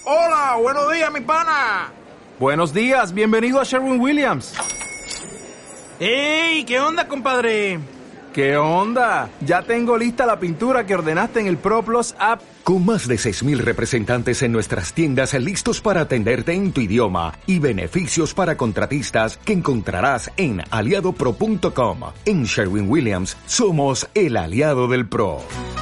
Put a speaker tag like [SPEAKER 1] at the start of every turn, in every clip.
[SPEAKER 1] Hola, buenos días, mi pana.
[SPEAKER 2] Buenos días, bienvenido a Sherwin-Williams.
[SPEAKER 1] ¡Ey! ¿Qué onda, compadre?
[SPEAKER 2] ¿Qué onda? Ya tengo lista la pintura que ordenaste en el ProPlus app.
[SPEAKER 3] Con más de 6,000 representantes en nuestras tiendas listos para atenderte en tu idioma y beneficios para contratistas que encontrarás en aliadopro.com. En Sherwin-Williams somos el aliado del pro.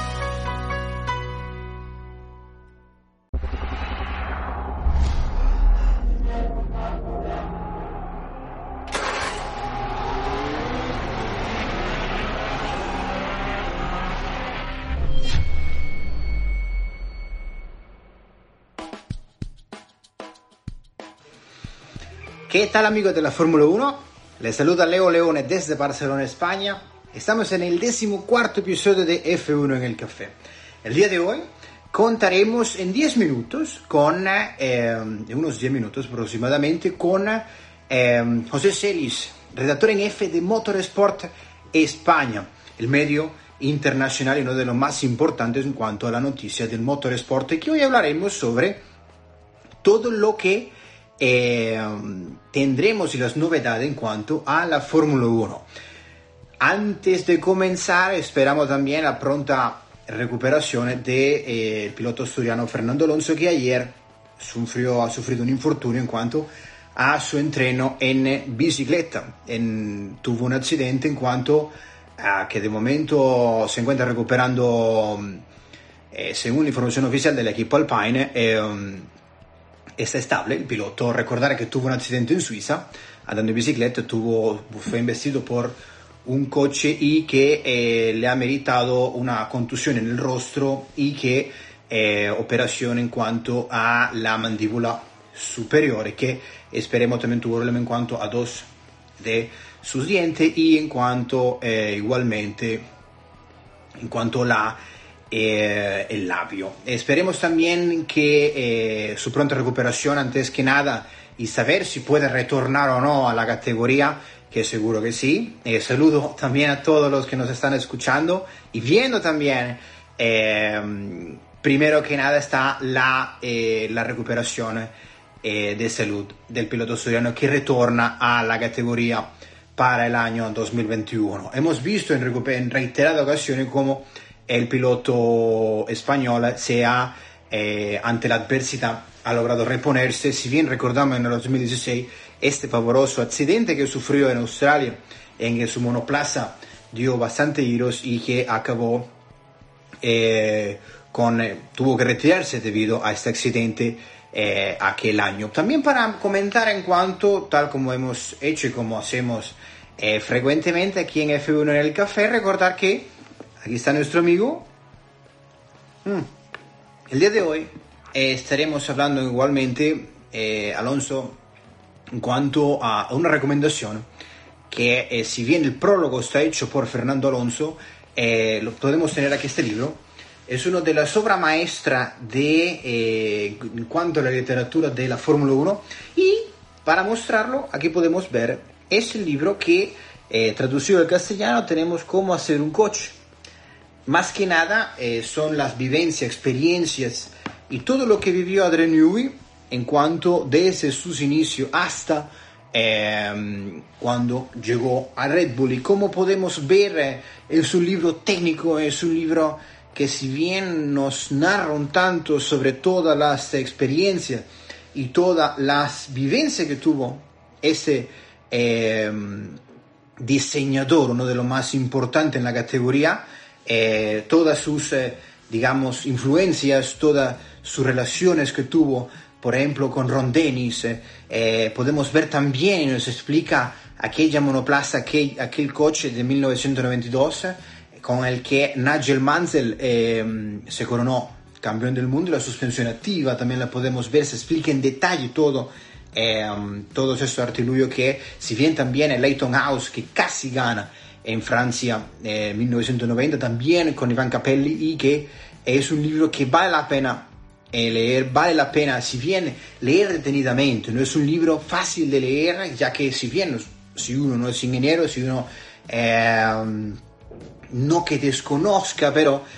[SPEAKER 4] ¿Qué tal, amigos de la Fórmula 1? Les saluda Leo Leone desde Barcelona, España. Estamos en el 14º episodio de F1 en el Café. El día de hoy contaremos en 10 minutos con, unos 10 minutos aproximadamente, con José Celis, redactor en F de Motorsport España, el medio internacional y uno de los más importantes en cuanto a la noticia del motorsport, y que hoy hablaremos sobre todo lo que tendremos y las novedades en cuanto a la Fórmula 1. Antes de comenzar, esperamos también la pronta recuperación del piloto asturiano Fernando Alonso, que ayer ha sufrido un infortunio en cuanto a su entreno en bicicleta. Tuvo un accidente en cuanto a que de momento se encuentra recuperando, según la información oficial del equipo Alpine. Está estable el piloto. Recordar que tuvo un accidente en Suiza andando en bicicleta, fue embestido por un coche y que le ha meritado una contusión en el rostro y que operación en cuanto a la mandíbula superior, que esperemos también tuvo problema en cuanto a 2 de sus dientes y en cuanto igualmente en cuanto a el labio. Esperemos también que su pronta recuperación, antes que nada, y saber si puede retornar o no a la categoría, que seguro que sí. Saludo también a todos los que nos están escuchando y viendo también. Primero que nada está la recuperación de salud del piloto asturiano, que retorna a la categoría para el año 2021. Hemos visto en reiteradas ocasiones cómo el piloto español ante la adversidad ha logrado reponerse. Si bien recordamos en el 2016 este pavoroso accidente que sufrió en Australia, en que su monoplaza dio bastante giros y que acabó tuvo que retirarse debido a este accidente aquel año. También para comentar en cuanto, tal como hemos hecho y como hacemos frecuentemente aquí en F1 en el Café, recordar que aquí está nuestro amigo. El día de hoy estaremos hablando igualmente, Alonso, en cuanto a una recomendación que, si bien el prólogo está hecho por Fernando Alonso, lo podemos tener aquí. Este libro es una de las obras maestras en cuanto a la literatura de la Fórmula 1, y para mostrarlo aquí podemos ver, es el libro que, traducido al castellano, tenemos Cómo hacer un coche. Más que nada son las vivencias, experiencias y todo lo que vivió Adrian Newey en cuanto desde sus inicios hasta cuando llegó a Red Bull. Y como podemos ver, es un libro técnico, es un libro que, si bien nos narra un tanto sobre todas las experiencias y todas las vivencias que tuvo ese diseñador, uno de los más importantes en la categoría, todas sus digamos influencias, todas sus relaciones que tuvo, por ejemplo, con Ron Dennis, podemos ver también, nos explica aquella monoplaza, aquel coche de 1992 con el que Nigel Mansell se coronó campeón del mundo, y la suspensión activa también la podemos ver, se explica en detalle todos estos artilugios, que si bien también el Leyton House, que casi gana en Francia 1990, también con Ivan Capelli, y que es un libro que vale la pena leer, vale la pena, si bien leer detenidamente. No es un libro fácil de leer, ya que si uno no es ingeniero, si uno no que desconozca, pero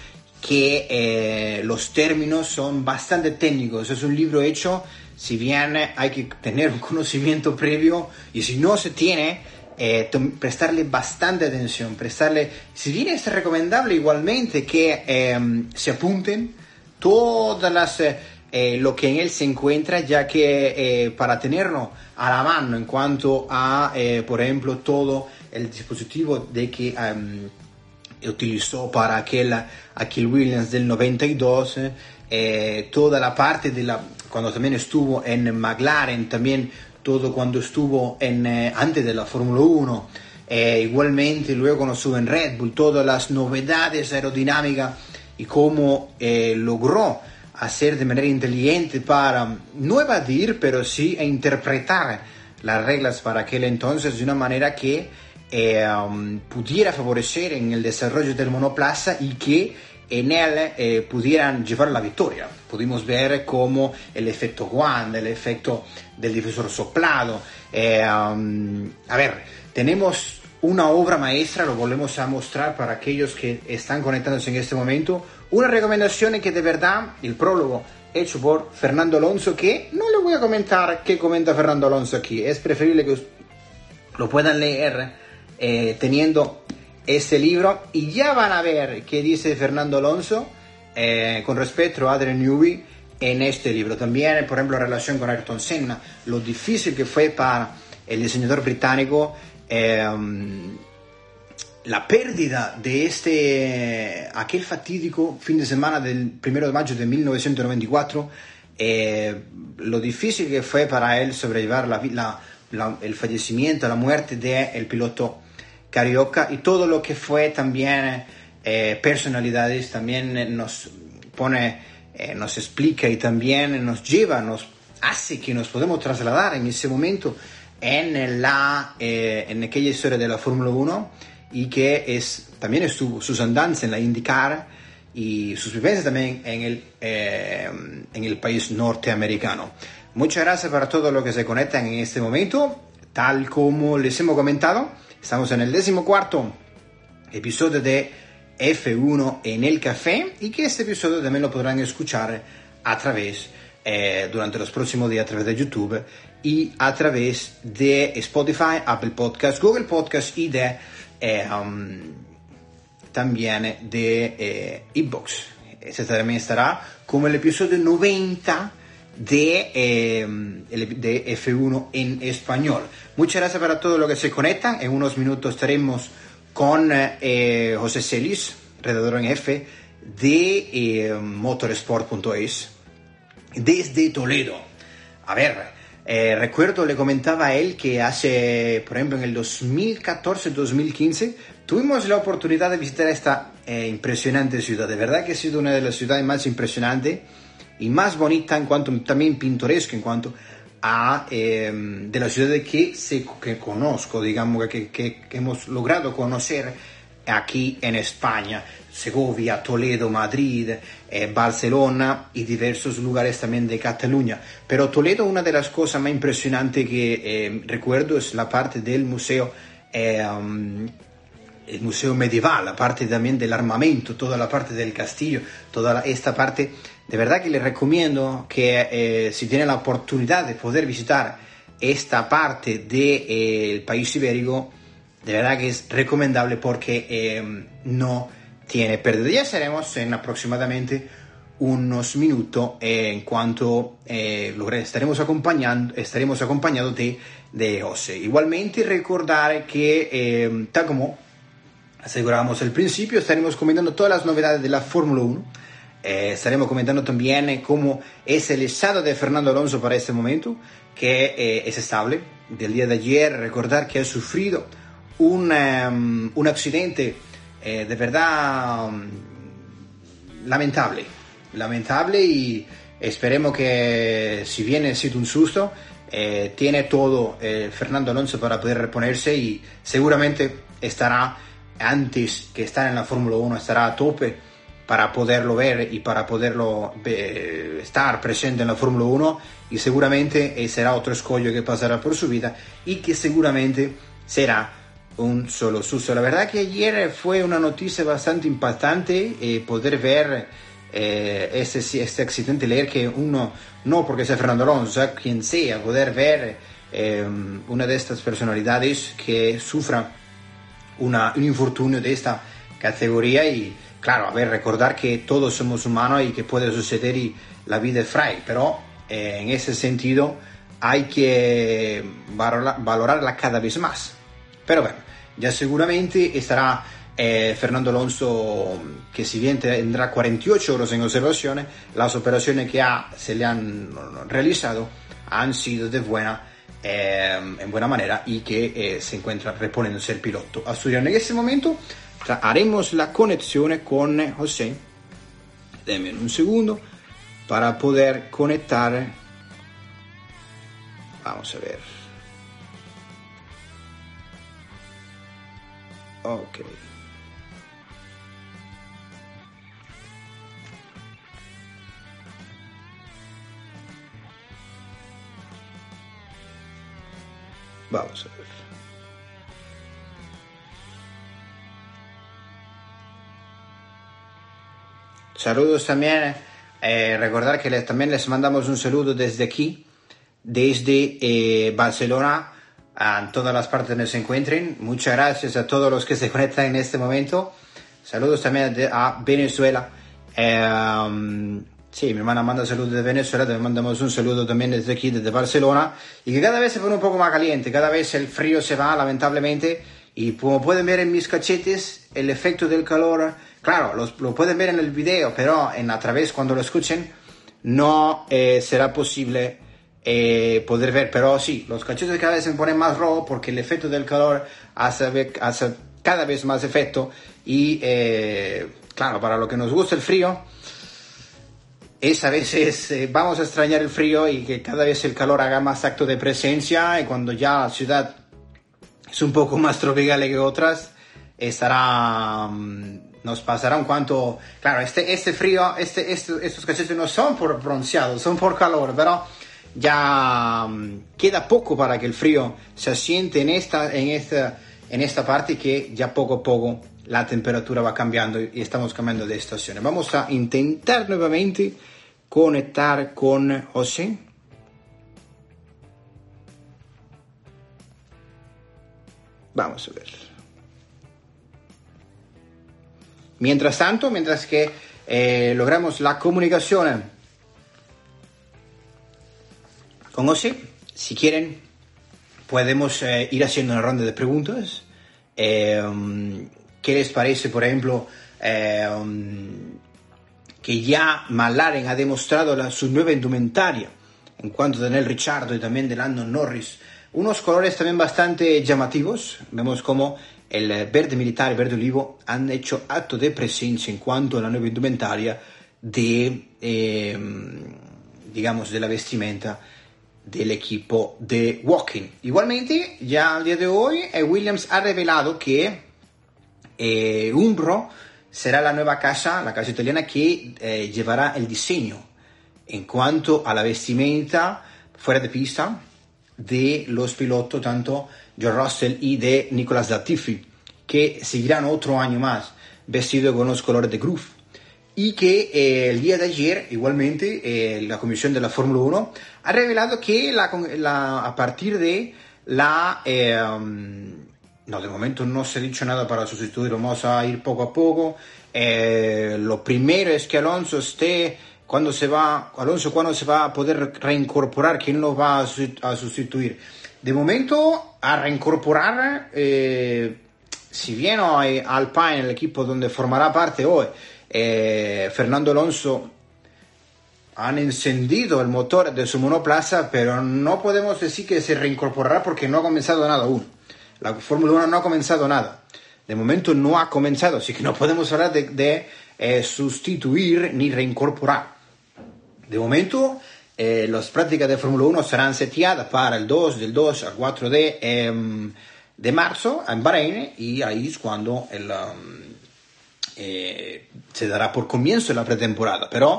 [SPEAKER 4] que los términos son bastante técnicos. Es un libro hecho, si bien hay que tener un conocimiento previo, y si no se tiene, prestarle bastante atención, si bien es recomendable igualmente que se apunten todas las lo que en él se encuentra, ya que para tenerlo a la mano en cuanto a por ejemplo todo el dispositivo de que utilizó para aquel Williams del 92, toda la parte cuando también estuvo en McLaren, también todo cuando estuvo antes de la Fórmula 1, igualmente luego cuando estuvo en Red Bull, todas las novedades aerodinámicas y cómo logró hacer de manera inteligente para no evadir, pero sí interpretar las reglas para aquel entonces de una manera que pudiera favorecer en el desarrollo del monoplaza y que en él pudieran llevar la victoria. Pudimos ver cómo el efecto Wanda, el efecto del difusor soplado. A ver, tenemos una obra maestra, lo volvemos a mostrar para aquellos que están conectándose en este momento. Una recomendación que de verdad, el prólogo hecho por Fernando Alonso, que no le voy a comentar qué comenta Fernando Alonso aquí, es preferible que lo puedan leer teniendo este libro, y ya van a ver qué dice Fernando Alonso con respecto a Adrian Newey en este libro. También, por ejemplo, en relación con Ayrton Senna, lo difícil que fue para el diseñador británico la pérdida de aquel fatídico fin de semana del 1 de mayo de 1994, lo difícil que fue para él sobrellevar el fallecimiento, la muerte del piloto carioca, y todo lo que fue también personalidades, también nos explica y también nos hace que nos podemos trasladar en ese momento en aquella historia de la Fórmula 1, y que también estuvo sus andanzas en la IndyCar y sus vivencias también en el país norteamericano. Muchas gracias para todos los que se conectan en este momento. Tal como les hemos comentado, estamos en el 14º episodio de F1 en el Café, y que este episodio también lo podrán escuchar a través durante los próximos días a través de YouTube y a través de Spotify, Apple Podcasts, Google Podcasts y también de iVoox. Este también estará como el episodio 90 de F1 en español. Muchas gracias para todos los que se conectan. En unos minutos estaremos con José Celis, redactor en F de motorsport.es desde Toledo. A ver, recuerdo, le comentaba a él que hace, por ejemplo, en el 2014-2015 tuvimos la oportunidad de visitar esta impresionante ciudad. De verdad que ha sido una de las ciudades más impresionantes y más bonita, en cuanto también pintoresca, en cuanto a de la ciudad que conozco, digamos, que hemos logrado conocer aquí en España: Segovia, Toledo, Madrid, Barcelona y diversos lugares también de Cataluña. Pero Toledo, una de las cosas más impresionantes que recuerdo es la parte del museo, el museo medieval, la parte también del armamento, toda la parte del castillo, toda esta parte. De verdad que les recomiendo que si tienen la oportunidad de poder visitar esta parte del país ibérico, de verdad que es recomendable, porque no tiene pérdida. Ya seremos en aproximadamente unos minutos en cuanto estaremos acompañados de José. Igualmente recordar que tal como aseguramos al principio, estaremos comentando todas las novedades de la Fórmula 1. Estaremos comentando también cómo es el estado de Fernando Alonso para este momento, que es estable. Del día de ayer, recordar que ha sufrido un accidente de verdad lamentable, y esperemos que, si bien ha sido un susto, tiene todo Fernando Alonso para poder reponerse, y seguramente estará, antes que estar en la Fórmula 1, estará a tope para poderlo ver y para poderlo estar presente en la Fórmula 1, y seguramente será otro escollo que pasará por su vida, y que seguramente será un solo susto. La verdad que ayer fue una noticia bastante impactante poder ver este accidente, leer que uno, no porque sea Fernando Alonso, sea quien sea, poder ver una de estas personalidades que sufra un infortunio de esta categoría. Y claro, a ver, recordar que todos somos humanos y que puede suceder y la vida es frágil, pero en ese sentido hay que valorarla cada vez más. Pero bueno, ya seguramente estará Fernando Alonso, que si bien tendrá 48 horas en observaciones, las operaciones que se le han realizado han sido en buena manera y que se encuentra reponiéndose el piloto asturiano. En este momento haremos la conexión con José. Denme un segundo para poder conectar. Vamos a ver. Ok. Vamos a ver. Saludos también. Recordar que también les mandamos un saludo desde aquí, desde Barcelona, a todas las partes donde se encuentren. Muchas gracias a todos los que se conectan en este momento. Saludos también a Venezuela. Sí, mi hermana manda saludos de Venezuela, te mandamos un saludo también desde aquí, desde Barcelona, y que cada vez se pone un poco más caliente, cada vez el frío se va, lamentablemente, y como pueden ver en mis cachetes, el efecto del calor, claro, lo pueden ver en el video, pero a través, cuando lo escuchen, no será posible poder ver, pero sí, los cachetes cada vez se ponen más rojos porque el efecto del calor hace cada vez más efecto, y claro, para lo que nos gusta el frío, a veces vamos a extrañar el frío y que cada vez el calor haga más acto de presencia, y cuando ya la ciudad es un poco más tropical que otras, nos pasará un cuanto. Claro, este frío, estos cachetes no son por bronceado, son por calor, pero ya queda poco para que el frío se asiente en esta parte, que ya poco a poco la temperatura va cambiando y estamos cambiando de estaciones. Vamos a intentar nuevamente conectar con José. Vamos a ver. Mientras tanto, mientras que logramos la comunicación con José, si quieren, podemos ir haciendo una ronda de preguntas. ¿Qué les parece, por ejemplo, que ya McLaren ha demostrado su nueva indumentaria en cuanto a Daniel Ricciardo y también de Lando Norris? Unos colores también bastante llamativos. Vemos como el verde militar y verde olivo han hecho acto de presencia en cuanto a la nueva indumentaria digamos, de la vestimenta del equipo de Woking. Igualmente, ya al día de hoy, Williams ha revelado que Umbro será la nueva casa, la casa italiana que llevará el diseño en cuanto a la vestimenta fuera de pista de los pilotos, tanto George Russell y de Nicolas Latifi, que seguirán otro año más vestidos con los colores de Groove. Y que el día de ayer, igualmente, la comisión de la Fórmula 1 ha revelado que a partir de no, de momento no se ha dicho nada para sustituir, vamos a ir poco a poco. Lo primero es que Alonso cuando se va a poder reincorporar, ¿quién lo va a sustituir? De momento, a reincorporar, si bien hoy Alpine, el equipo donde formará parte hoy, Fernando Alonso, han encendido el motor de su monoplaza, pero no podemos decir que se reincorporará porque no ha comenzado nada aún. La Fórmula 1 no ha comenzado nada. De momento no ha comenzado, así que no podemos hablar de sustituir ni reincorporar. De momento, las prácticas de Fórmula 1 serán seteadas para del 2 al 4 de marzo en Bahrein, y ahí es cuando se dará por comienzo la pretemporada. Pero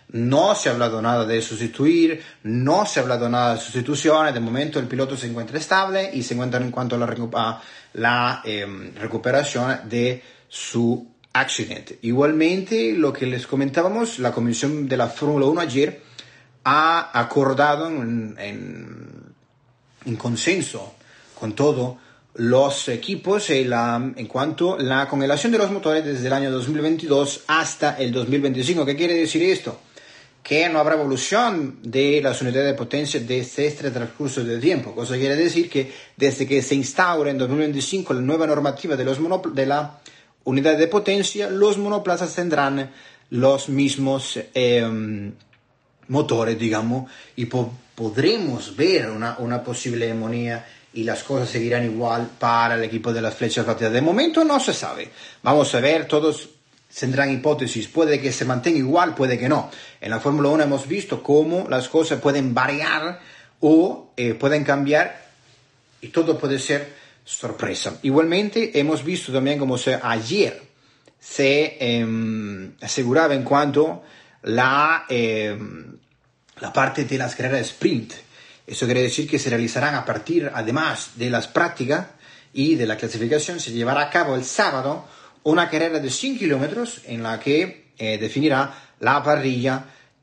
[SPEAKER 4] no se ha hablado nada de sustituir, no se ha hablado nada de sustituciones. De momento el piloto se encuentra estable y se encuentra en cuanto a la recuperación de su accidente. Igualmente, lo que les comentábamos, la comisión de la Fórmula 1 ayer ha acordado en consenso con todos los equipos en cuanto a la congelación de los motores desde el año 2022 hasta el 2025. ¿Qué quiere decir esto? Que no habrá evolución de las unidades de potencia desde este transcurso de tiempo. Cosa quiere decir que desde que se instaure en 2025 la nueva normativa de la unidad de potencia, los monoplazas tendrán los mismos motores, digamos, y podremos ver una posible hegemonía y las cosas seguirán igual para el equipo de las flechas plateadas. De momento no se sabe. Vamos a ver, todos tendrán hipótesis. Puede que se mantenga igual, puede que no. En la Fórmula 1 hemos visto cómo las cosas pueden variar o pueden cambiar y todo puede ser sorpresa. Igualmente hemos visto también cómo ayer se aseguraba en cuanto la parte de las carreras de sprint. Eso quiere decir que se realizarán a partir, además de las prácticas y de la clasificación, se llevará a cabo el sábado una carrera de 100 kilómetros en la que definirá la parrilla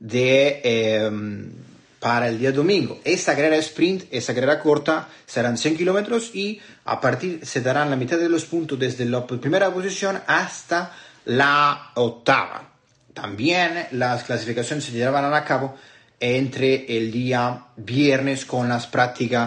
[SPEAKER 4] para el día domingo. Esta carrera sprint, esta carrera corta, serán 100 kilómetros y a partir se darán la mitad de los puntos desde la primera posición hasta la octava. También las clasificaciones se llevarán a cabo entre el día viernes con las prácticas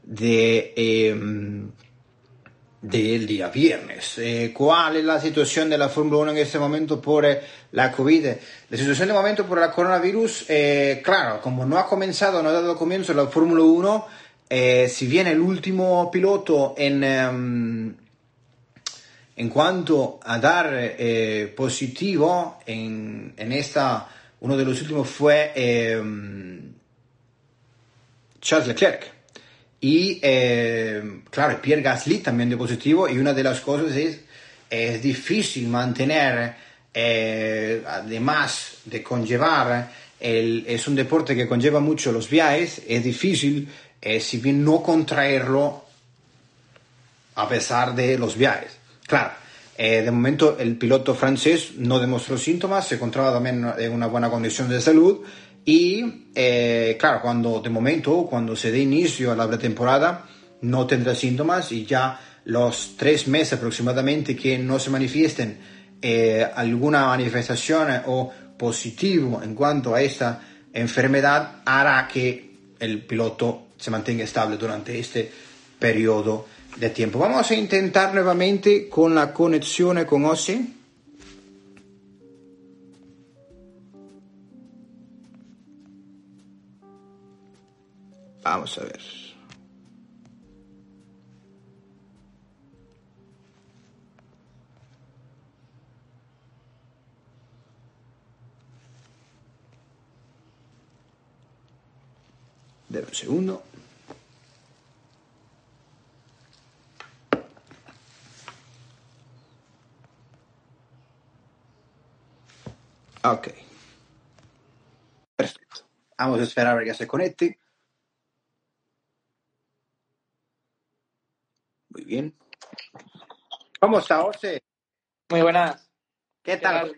[SPEAKER 4] del día viernes. ¿Cuál es la situación de la Fórmula 1 en este momento por la COVID? La situación de momento por el coronavirus, claro, como no ha dado comienzo la Fórmula 1, si bien el último piloto en cuanto a dar positivo en esta, uno de los últimos fue Charles Leclerc. Y claro, Pierre Gasly también dio positivo, y una de las cosas es difícil mantener, además de conllevar, es un deporte que conlleva mucho los viajes, es difícil, si bien no contraerlo a pesar de los viajes. Claro, de momento el piloto francés no demostró síntomas, se encontraba también en una buena condición de salud. Y claro, cuando se dé inicio a la pretemporada no tendrá síntomas, y ya los 3 meses aproximadamente que no se manifiesten alguna manifestación o positivo en cuanto a esta enfermedad hará que el piloto se mantenga estable durante este periodo de tiempo. Vamos a intentar nuevamente con la conexión con José. Vamos a ver. Deme un segundo. Ok. Perfecto. Vamos a esperar a que se conecte. Muy bien. ¿Cómo está, José?
[SPEAKER 5] Muy buenas.
[SPEAKER 4] ¿Qué tal?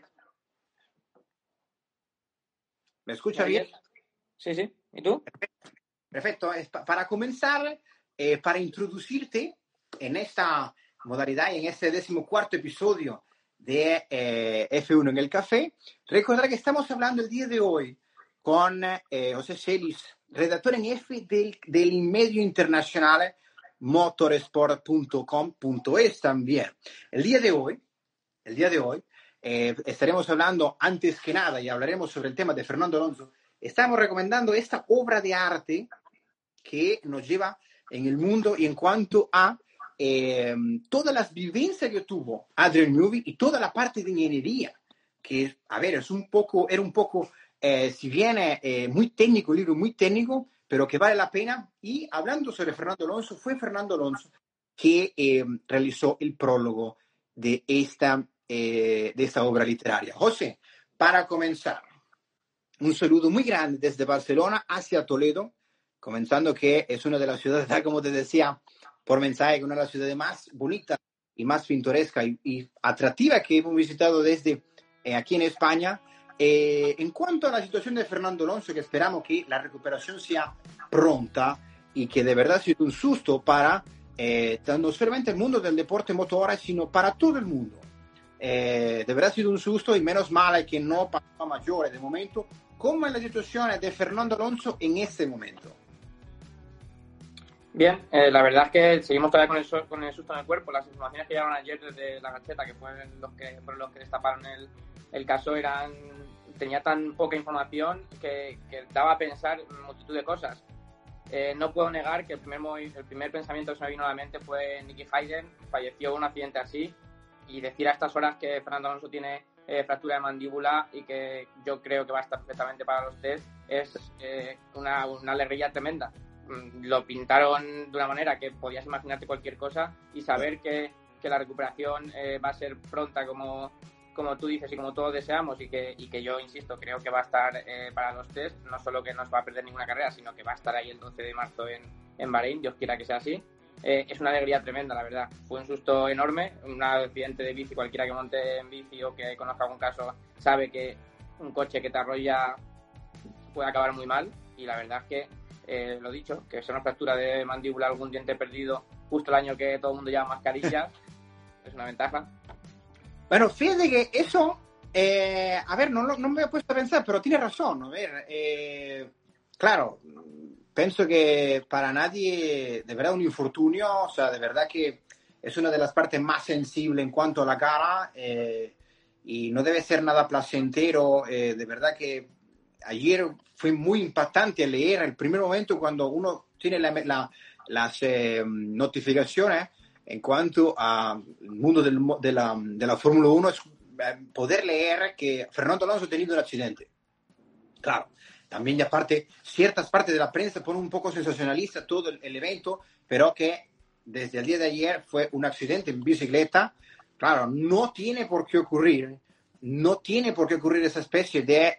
[SPEAKER 4] ¿Me escucha bien?
[SPEAKER 5] Sí, sí. ¿Y tú?
[SPEAKER 4] Perfecto. Para comenzar, para introducirte en esta modalidad y en este 14º episodio de F1 en el Café, recordar que estamos hablando el día de hoy con José Celis, redactor en jefe del medio internacional motorsport.com.es también. El día de hoy estaremos hablando, antes que nada, y hablaremos sobre el tema de Fernando Alonso. Estamos recomendando esta obra de arte que nos lleva en el mundo y en cuanto a todas las vivencias que tuvo Adrian Newey y toda la parte de ingeniería, que, a ver, era un poco, si bien muy técnico, el libro muy técnico, pero que vale la pena. Y hablando sobre Fernando Alonso, fue Fernando Alonso que realizó el prólogo de esta obra literaria. José, para comenzar, un saludo muy grande desde Barcelona hacia Toledo, comenzando que es una de las ciudades, tal como te decía por mensaje, una de las ciudades más bonitas y más pintoresca y atractiva que hemos visitado desde aquí en España. En cuanto a la situación de Fernando Alonso, que esperamos que la recuperación sea pronta y que de verdad sea un susto para no solamente el mundo del deporte motor, sino para todo el mundo. De verdad ha sido un susto y menos mal que no pasó a mayores de momento. ¿Cómo es la situación de Fernando Alonso en este momento?
[SPEAKER 5] Bien, la verdad es que seguimos todavía con el susto en el cuerpo. Las informaciones que llegaron ayer desde la Gaceta, que fueron los que destaparon el caso, tenía tan poca información que daba a pensar multitud de cosas. No puedo negar que el primer pensamiento que se me vino a la mente fue Nicky Hayden, falleció en un accidente así, y decir a estas horas que Fernando Alonso tiene fractura de mandíbula y que yo creo que va a estar perfectamente para los test es una alegría tremenda. Lo pintaron de una manera que podías imaginarte cualquier cosa, y saber que la recuperación va a ser pronta como tú dices y como todos deseamos, y que yo insisto, creo que va a estar para los test, no solo que no se va a perder ninguna carrera, sino que va a estar ahí el 12 de marzo en Bahrein, Dios quiera que sea así. Es una alegría tremenda, la verdad. Fue un susto enorme, un accidente de bici, cualquiera que monte en bici o que conozca algún caso sabe que un coche que te arrolla puede acabar muy mal, y la verdad es que lo dicho, que es una fractura de mandíbula, algún diente perdido justo el año que todo el mundo lleva mascarillas, es una ventaja.
[SPEAKER 4] Bueno, fíjate que eso, a ver, no me he puesto a pensar, pero tiene razón. A ver, claro, pienso que para nadie, de verdad, un infortunio, o sea, de verdad que es una de las partes más sensibles en cuanto a la cara, y no debe ser nada placentero. De verdad que ayer fue muy impactante leer el primer momento cuando uno tiene las notificaciones en cuanto al mundo de la Fórmula 1, es poder leer que Fernando Alonso ha tenido un accidente. Claro, también de aparte, ciertas partes de la prensa ponen un poco sensacionalista todo el evento, pero que desde el día de ayer fue un accidente en bicicleta. Claro, no tiene por qué ocurrir esa especie de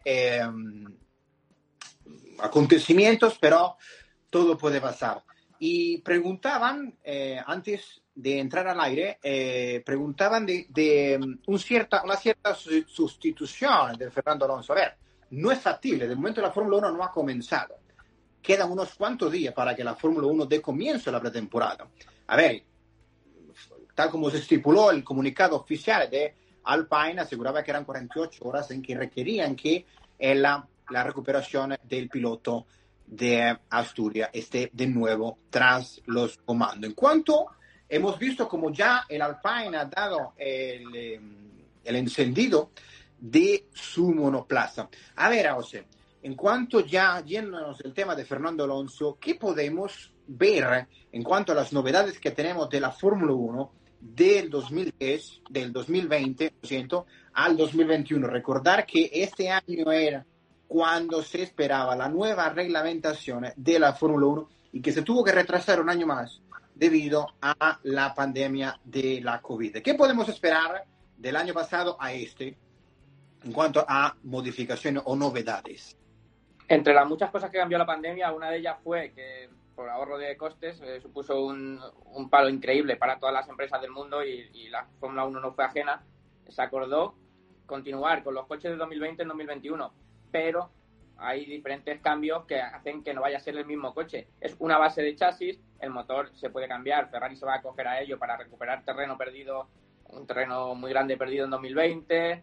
[SPEAKER 4] acontecimientos, pero todo puede pasar. Y preguntaban, antes de entrar al aire, preguntaban de una cierta sustitución de Fernando Alonso. A ver, no es factible, de momento la Fórmula 1 no ha comenzado. Quedan unos cuantos días para que la Fórmula 1 dé comienzo a la pretemporada. A ver, tal como se estipuló el comunicado oficial de Alpine, aseguraba que eran 48 horas en que requerían que la recuperación del piloto de Asturias esté de nuevo tras los comandos. En cuanto hemos visto como ya el Alpine ha dado el encendido de su monoplaza. A ver, José, en cuanto ya yéndonos del tema de Fernando Alonso, ¿qué podemos ver en cuanto a las novedades que tenemos de la Fórmula 1 del 2010, del 2020, al 2021? Recordar que este año era cuando se esperaba la nueva reglamentación de la Fórmula 1 y que se tuvo que retrasar un año más debido a la pandemia de la COVID. ¿Qué podemos esperar del año pasado a este en cuanto a modificaciones o novedades?
[SPEAKER 5] Entre las muchas cosas que cambió la pandemia, una de ellas fue que por ahorro de costes supuso un palo increíble para todas las empresas del mundo, y la Fórmula 1 no fue ajena. Se acordó continuar con los coches de 2020 en 2021, pero hay diferentes cambios que hacen que no vaya a ser el mismo coche. Es una base de chasis, el motor se puede cambiar, Ferrari se va a acoger a ello para recuperar terreno perdido, un terreno muy grande perdido en 2020.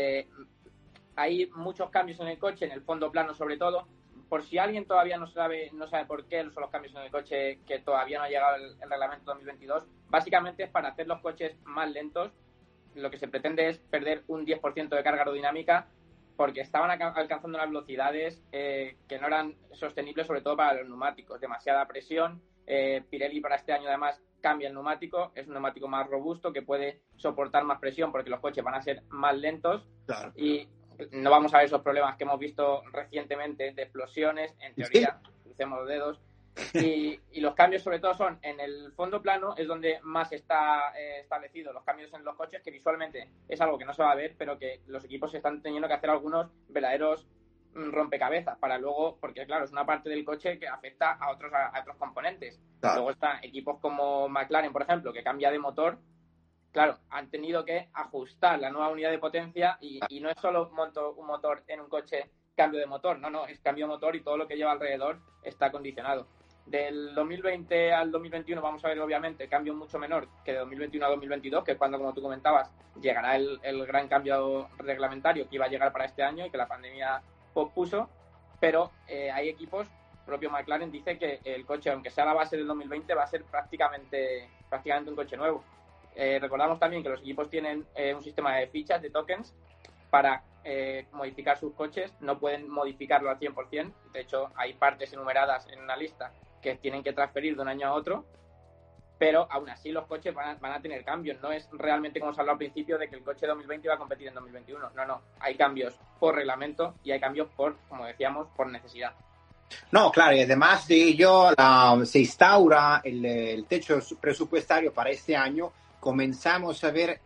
[SPEAKER 5] Hay muchos cambios en el coche, en el fondo plano sobre todo. Por si alguien todavía no sabe por qué son los cambios en el coche, que todavía no ha llegado el reglamento 2022, básicamente es para hacer los coches más lentos. Lo que se pretende es perder un 10% de carga aerodinámica, porque estaban alcanzando unas velocidades que no eran sostenibles, sobre todo para los neumáticos. Demasiada presión. Pirelli para este año además cambia el neumático, es un neumático más robusto que puede soportar más presión porque los coches van a ser más lentos.
[SPEAKER 4] Claro.
[SPEAKER 5] Y no vamos a ver esos problemas que hemos visto recientemente de explosiones, en teoría, crucemos los dedos. Y los cambios sobre todo son en el fondo plano, es donde más está establecido los cambios en los coches, que visualmente es algo que no se va a ver, pero que los equipos están teniendo que hacer algunos verdaderos rompecabezas para luego, porque claro, es una parte del coche que afecta a otros componentes.
[SPEAKER 4] Claro.
[SPEAKER 5] Luego están equipos como McLaren, por ejemplo, que cambia de motor. Claro, han tenido que ajustar la nueva unidad de potencia y no es solo un motor en un coche, cambio de motor, no, es cambio de motor y todo lo que lleva alrededor está condicionado. Del 2020 al 2021 vamos a ver obviamente cambio mucho menor que de 2021 a 2022, que es cuando, como tú comentabas, llegará el gran cambio reglamentario que iba a llegar para este año y que la pandemia pospuso, pero hay equipos, propio McLaren dice que el coche, aunque sea la base del 2020, va a ser prácticamente un coche nuevo. Recordamos también que los equipos tienen un sistema de fichas, de tokens, para modificar sus coches. No pueden modificarlo al 100%. De hecho, hay partes enumeradas en una lista que tienen que transferir de un año a otro, pero aún así los coches van a tener cambios. No es realmente como se habló al principio de que el coche 2020 va a competir en 2021. No. Hay cambios por reglamento y hay cambios como decíamos, por necesidad.
[SPEAKER 4] No, claro, y además de ello se instaura el techo presupuestario para este año. Comenzamos a ver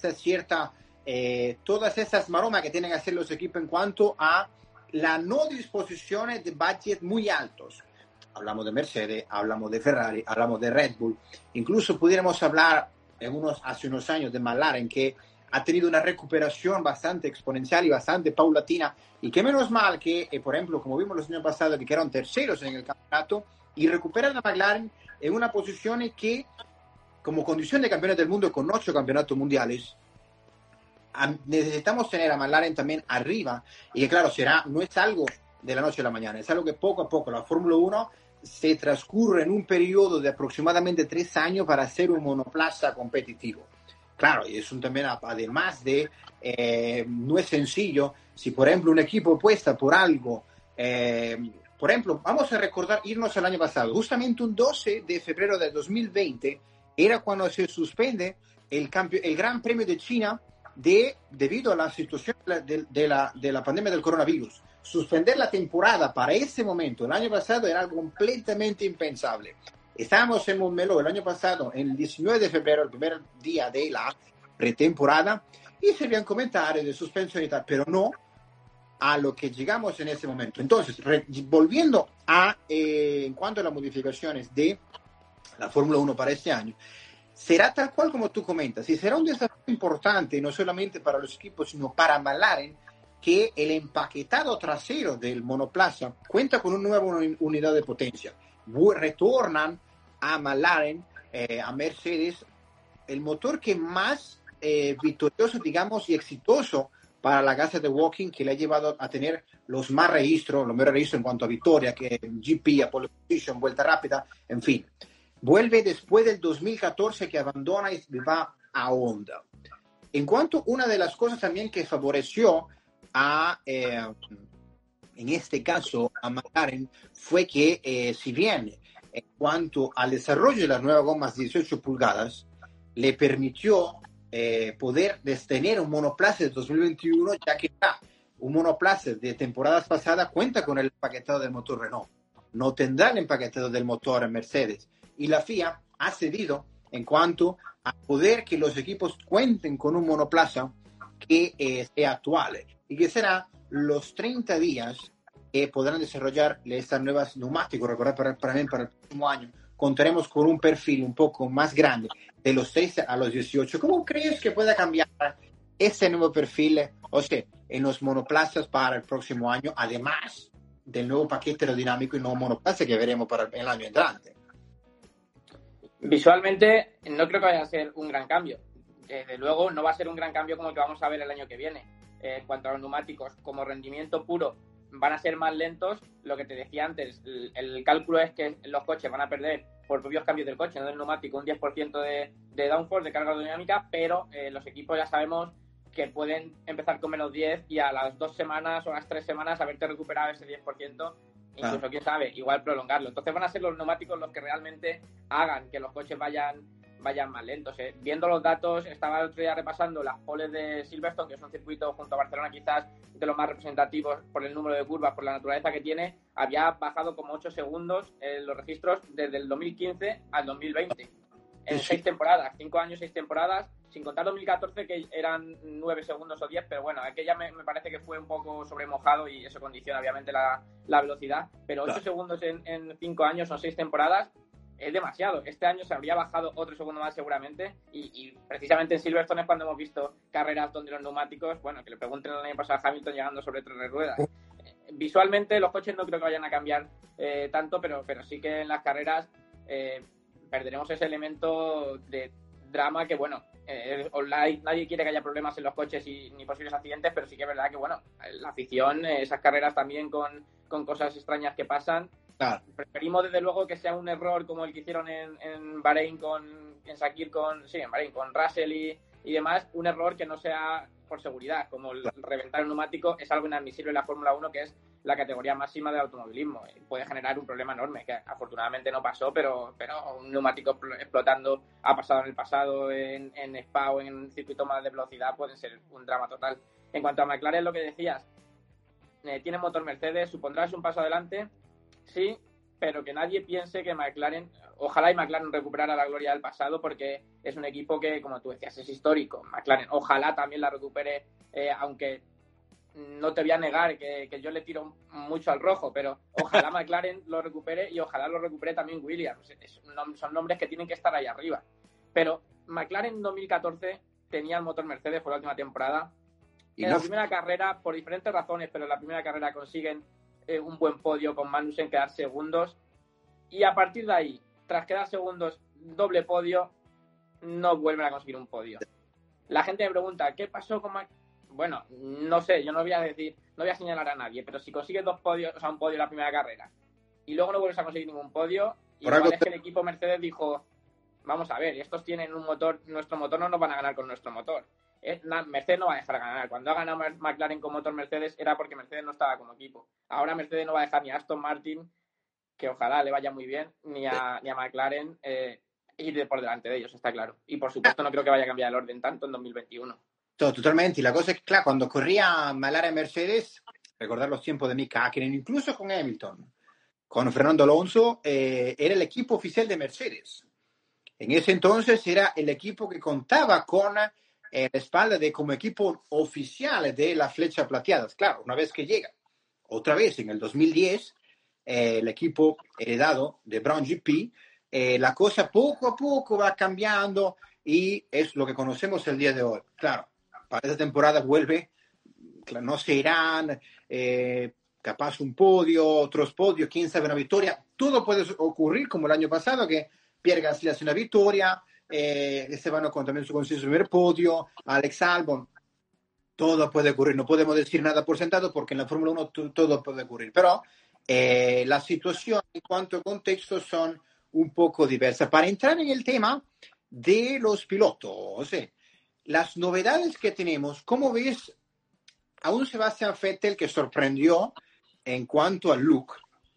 [SPEAKER 4] todas estas maromas que tienen que hacer los equipos en cuanto a la no disposición de budget muy altos. Hablamos de Mercedes, hablamos de Ferrari, hablamos de Red Bull. Incluso pudiéramos hablar hace unos años de McLaren, que ha tenido una recuperación bastante exponencial y bastante paulatina. Y que menos mal que, por ejemplo, como vimos los años pasados, que quedaron terceros en el campeonato, y recuperan a McLaren en una posición que, como condición de campeones del mundo con 8 campeonatos mundiales, necesitamos tener a McLaren también arriba. Y que claro, no es algo de la noche a la mañana, es algo que poco a poco la Fórmula 1 se transcurre en un periodo de aproximadamente 3 años para hacer un monoplaza competitivo. Claro, y es también, además de, no es sencillo, si por ejemplo un equipo apuesta por algo, por ejemplo, vamos a irnos al año pasado, justamente un 12 de febrero del 2020, era cuando se suspende el Gran Premio de China debido a la situación de la pandemia del coronavirus. Suspender la temporada para ese momento, el año pasado, era algo completamente impensable. Estábamos en Montmeló el año pasado, en el 19 de febrero, el primer día de la pretemporada, y se habían comentarios de suspensión y tal, pero no a lo que llegamos en ese momento. Entonces, volviendo en cuanto a las modificaciones de la Fórmula 1 para este año, será tal cual como tú comentas, y será un desafío importante, no solamente para los equipos, sino para McLaren, que el empaquetado trasero del monoplaza cuenta con una nueva unidad de potencia. Retornan a McLaren, a Mercedes, el motor que más victorioso, digamos, y exitoso para la casa de Woking, que le ha llevado a tener los mejores registros en cuanto a victoria, que GP, a pole position, vuelta rápida, en fin. Vuelve después del 2014 que abandona y va a Honda. En cuanto, una de las cosas también que favoreció en este caso a McLaren fue que si bien en cuanto al desarrollo de las nuevas gomas 18 pulgadas le permitió poder tener un monoplaza de 2021, ya que un monoplaza de temporadas pasadas cuenta con el empaquetado del motor Renault, no tendrá el empaquetado del motor Mercedes, y la FIA ha cedido en cuanto a poder que los equipos cuenten con un monoplaza que sea actual y que será los 30 días que podrán desarrollar estas nuevas neumáticos. Recordad, para el próximo año contaremos con un perfil un poco más grande, de los 6 a los 18. ¿Cómo crees que pueda cambiar ese nuevo perfil, o sea, en los monoplazas para el próximo año, además del nuevo paquete aerodinámico y nuevo monoplaza que veremos para el año entrante?
[SPEAKER 5] Visualmente no creo que vaya a ser un gran cambio. Desde luego no va a ser un gran cambio como el que vamos a ver el año que viene. En cuanto a los neumáticos, como rendimiento puro, van a ser más lentos. Lo que te decía antes, el cálculo es que los coches van a perder por propios cambios del coche, no del neumático, un 10% de downforce, de carga aerodinámica, pero los equipos ya sabemos que pueden empezar con menos 10 y a las 2 semanas o a las 3 semanas haberte recuperado ese 10%, incluso, quién sabe, igual prolongarlo. Entonces van a ser los neumáticos los que realmente hagan que los coches vayan más lentos. Viendo los datos, estaba el otro día repasando las poles de Silverstone, que es un circuito junto a Barcelona quizás de los más representativos por el número de curvas, por la naturaleza que tiene. Había bajado como 8 segundos los registros desde el 2015 al 2020. en 6 temporadas, 5 años, 6 temporadas, sin contar 2014 que eran 9 segundos o 10, pero bueno, aquella me parece que fue un poco sobremojado y eso condiciona obviamente la velocidad, pero 8 segundos en 5 años o 6 temporadas es demasiado. Este año se habría bajado otro segundo más seguramente y precisamente en Silverstone es cuando hemos visto carreras donde los neumáticos, bueno, que le pregunten el año pasado a Hamilton llegando sobre 3 ruedas. Visualmente los coches no creo que vayan a cambiar tanto, pero sí que en las carreras perderemos ese elemento de drama que, bueno, online nadie quiere que haya problemas en los coches ni posibles accidentes, pero sí que es verdad que, bueno, la afición, esas carreras también con cosas extrañas que pasan. Claro. Preferimos desde luego que sea un error como el que hicieron en Bahrein en Sakir con Russell y demás, un error que no sea por seguridad, como el reventar el neumático es algo inadmisible en la Fórmula 1, que es la categoría máxima del automovilismo. Puede generar un problema enorme, que afortunadamente no pasó, pero un neumático explotando ha pasado en el pasado en Spa o en un circuito más de velocidad, puede ser un drama total. En cuanto a McLaren, lo que decías, tiene motor Mercedes, supondrá un paso adelante, sí, pero que nadie piense que McLaren, ojalá y McLaren recuperara la gloria del pasado, porque es un equipo que, como tú decías, es histórico. McLaren, ojalá también la recupere, aunque no te voy a negar que yo le tiro mucho al rojo, pero ojalá McLaren lo recupere y ojalá lo recupere también Williams. Son nombres que tienen que estar ahí arriba. Pero McLaren en 2014 tenía el motor Mercedes, fue la última temporada. En la primera carrera, por diferentes razones, pero en la primera carrera consiguen un buen podio con Magnussen, quedar segundos. Y a partir de ahí, tras quedar segundos, doble podio, no vuelven a conseguir un podio. La gente me pregunta, ¿qué pasó con Bueno, no sé, yo no voy a señalar a nadie, pero si consigues 2 podios, o sea, un podio en la primera carrera, y luego no vuelves a conseguir ningún podio, igual es que el equipo Mercedes dijo, vamos a ver, estos tienen un motor, nuestro motor no nos van a ganar con nuestro motor. Mercedes no va a dejar ganar. Cuando ha ganado McLaren con motor Mercedes era porque Mercedes no estaba como equipo. Ahora Mercedes no va a dejar ni a Aston Martin, que ojalá le vaya muy bien, ni a McLaren ir por delante de ellos, está claro. Y por supuesto no creo que vaya a cambiar el orden tanto en 2021.
[SPEAKER 4] Totalmente. La cosa es que, claro, cuando corría McLaren Mercedes, recordar los tiempos de Mick Hakkinen, incluso con Hamilton, con Fernando Alonso, era el equipo oficial de Mercedes. En ese entonces era el equipo que contaba con la espalda como equipo oficial de la Flecha Plateada. Claro, una vez que llega, otra vez en el 2010, el equipo heredado de Brown GP, la cosa poco a poco va cambiando y es lo que conocemos el día de hoy. Claro, para esta temporada vuelve, no se irán, capaz un podio, otros podios, quién sabe, una victoria. Todo puede ocurrir como el año pasado, que Pierre Gasly hace una victoria, Esteban Ocon también consigue su primer podio, Alex Albon. Todo puede ocurrir, no podemos decir nada por sentado porque en la Fórmula 1 todo puede ocurrir, pero la situación en cuanto a contextos son un poco diversas. Para entrar en el tema de los pilotos, las novedades que tenemos, ¿cómo ves a un Sebastian Vettel que sorprendió en cuanto al look?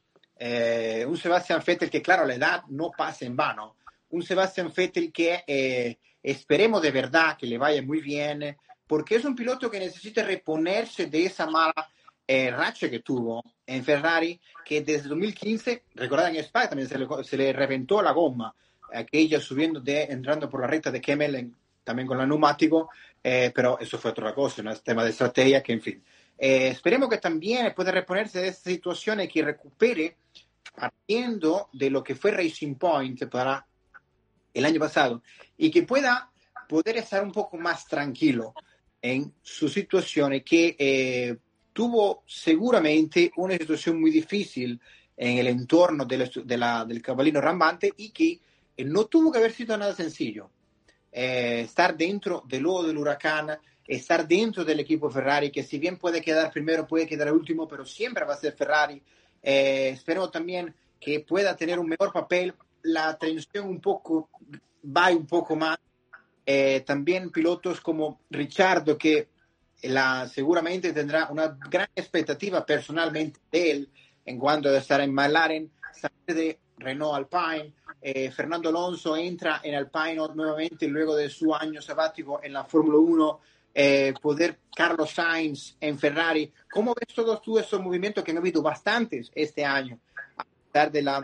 [SPEAKER 4] Un Sebastian Vettel que, claro, la edad no pasa en vano. Un Sebastian Vettel que esperemos de verdad que le vaya muy bien, porque es un piloto que necesita reponerse de esa mala racha que tuvo en Ferrari, que desde 2015, recordad en Spa también se le reventó la goma, aquella entrando por la recta de Kemmel, también con el neumático, pero eso fue otra cosa, un tema de estrategia que, en fin. Esperemos que también pueda reponerse de esta situación y que recupere partiendo de lo que fue Racing Point para el año pasado y que pueda poder estar un poco más tranquilo en su situación y que tuvo seguramente una situación muy difícil en el entorno del caballino ramante y que no tuvo que haber sido nada sencillo. Estar dentro del ojo del huracán, estar dentro del equipo Ferrari, que si bien puede quedar primero, puede quedar último, pero siempre va a ser Ferrari. Espero también que pueda tener un mejor papel, la tensión va un poco más. También pilotos como Ricciardo, que seguramente tendrá una gran expectativa personalmente de él en cuanto a estar en McLaren, salir de Renault Alpine. Fernando Alonso entra en Alpine nuevamente luego de su año sabático en la Fórmula 1. Carlos Sainz en Ferrari. ¿Cómo ves todos estos movimientos que han habido bastantes este año? A pesar de la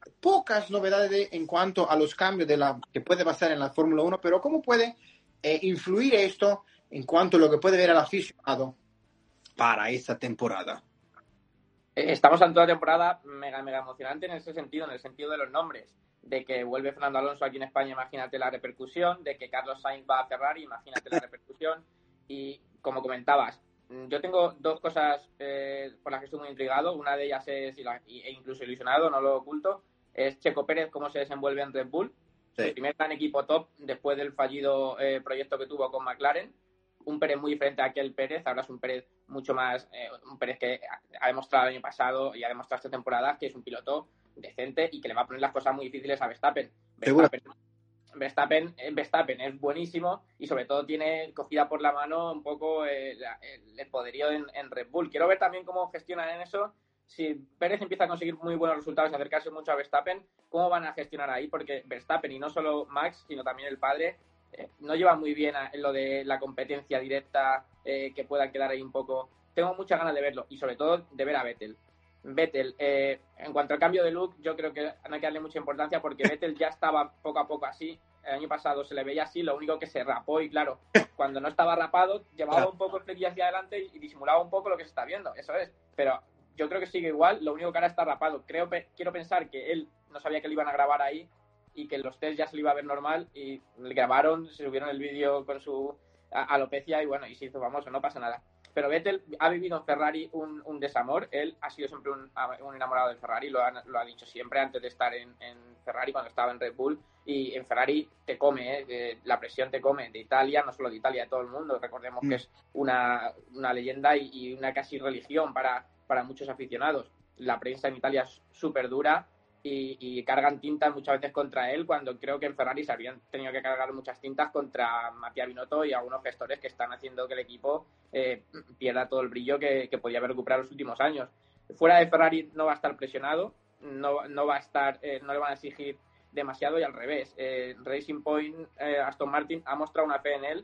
[SPEAKER 4] pocas novedades en cuanto a los cambios que puede pasar en la Fórmula 1, pero ¿cómo puede influir esto en cuanto a lo que puede ver al aficionado para esta temporada?
[SPEAKER 5] Estamos ante una temporada mega emocionante en ese sentido, en el sentido de los nombres, de que vuelve Fernando Alonso aquí en España, imagínate la repercusión, de que Carlos Sainz va a Ferrari, imagínate la repercusión, y como comentabas, yo tengo dos cosas por las que estoy muy intrigado, una de ellas es, e incluso ilusionado, no lo oculto, es Checo Pérez, cómo se desenvuelve en Red Bull, sí. El primer gran equipo top después del fallido proyecto que tuvo con McLaren, un Pérez muy diferente a aquel Pérez, ahora es un Pérez mucho más, un Pérez que ha demostrado el año pasado y ha demostrado esta temporada que es un piloto decente y que le va a poner las cosas muy difíciles a Verstappen. Verstappen es buenísimo y sobre todo tiene cogida por la mano un poco el poderío en Red Bull. Quiero ver también cómo gestionan en eso. Si Pérez empieza a conseguir muy buenos resultados y acercarse mucho a Verstappen, ¿cómo van a gestionar ahí? Porque Verstappen, y no solo Max, sino también el padre, no lleva muy bien en lo de la competencia directa, que pueda quedar ahí un poco. Tengo muchas ganas de verlo y sobre todo de ver a Vettel. En cuanto al cambio de look, yo creo que no hay que darle mucha importancia porque Vettel ya estaba poco a poco así. El año pasado se le veía así, lo único que se rapó y claro, cuando no estaba rapado llevaba un poco el flequillo hacia adelante y disimulaba un poco lo que se está viendo, eso es. Pero yo creo que sigue igual, lo único que ahora está rapado. Quiero pensar que él no sabía que le iban a grabar ahí y que en los test ya se lo iba a ver normal y le grabaron, se subieron el vídeo con su alopecia y bueno, y se hizo famoso, no pasa nada. Pero Vettel ha vivido en Ferrari un desamor, él ha sido siempre un enamorado de Ferrari, lo ha dicho siempre antes de estar en Ferrari, cuando estaba en Red Bull, y en Ferrari te come, la presión te come, de Italia, no solo de Italia, de todo el mundo, recordemos que es una leyenda y una casi religión para muchos aficionados. La prensa en Italia es súper dura y cargan tintas muchas veces contra él, cuando creo que en Ferrari se habrían tenido que cargar muchas tintas contra Mattia Binotto y algunos gestores que están haciendo que el equipo pierda todo el brillo que podía haber recuperado los últimos años. Fuera de Ferrari no va a estar presionado, no va a estar, no le van a exigir demasiado y al revés. Racing Point, Aston Martin ha mostrado una fe en él.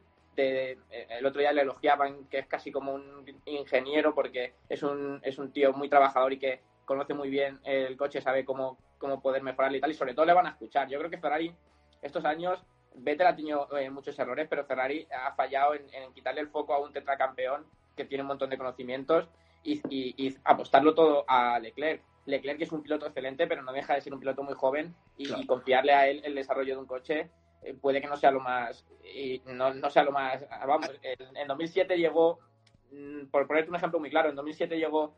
[SPEAKER 5] El otro día le elogiaban que es casi como un ingeniero porque es un tío muy trabajador y que conoce muy bien el coche, sabe cómo poder mejorarle y tal, y sobre todo le van a escuchar. Yo creo que Ferrari estos años, Vettel ha tenido muchos errores, pero Ferrari ha fallado en quitarle el foco a un tetracampeón que tiene un montón de conocimientos y apostarlo todo a Leclerc. Leclerc es un piloto excelente, pero no deja de ser un piloto muy joven y confiarle a él el desarrollo de un coche puede que no sea lo más no sea lo más, vamos, en 2007 llegó, por ponerte un ejemplo muy claro, en 2007 llegó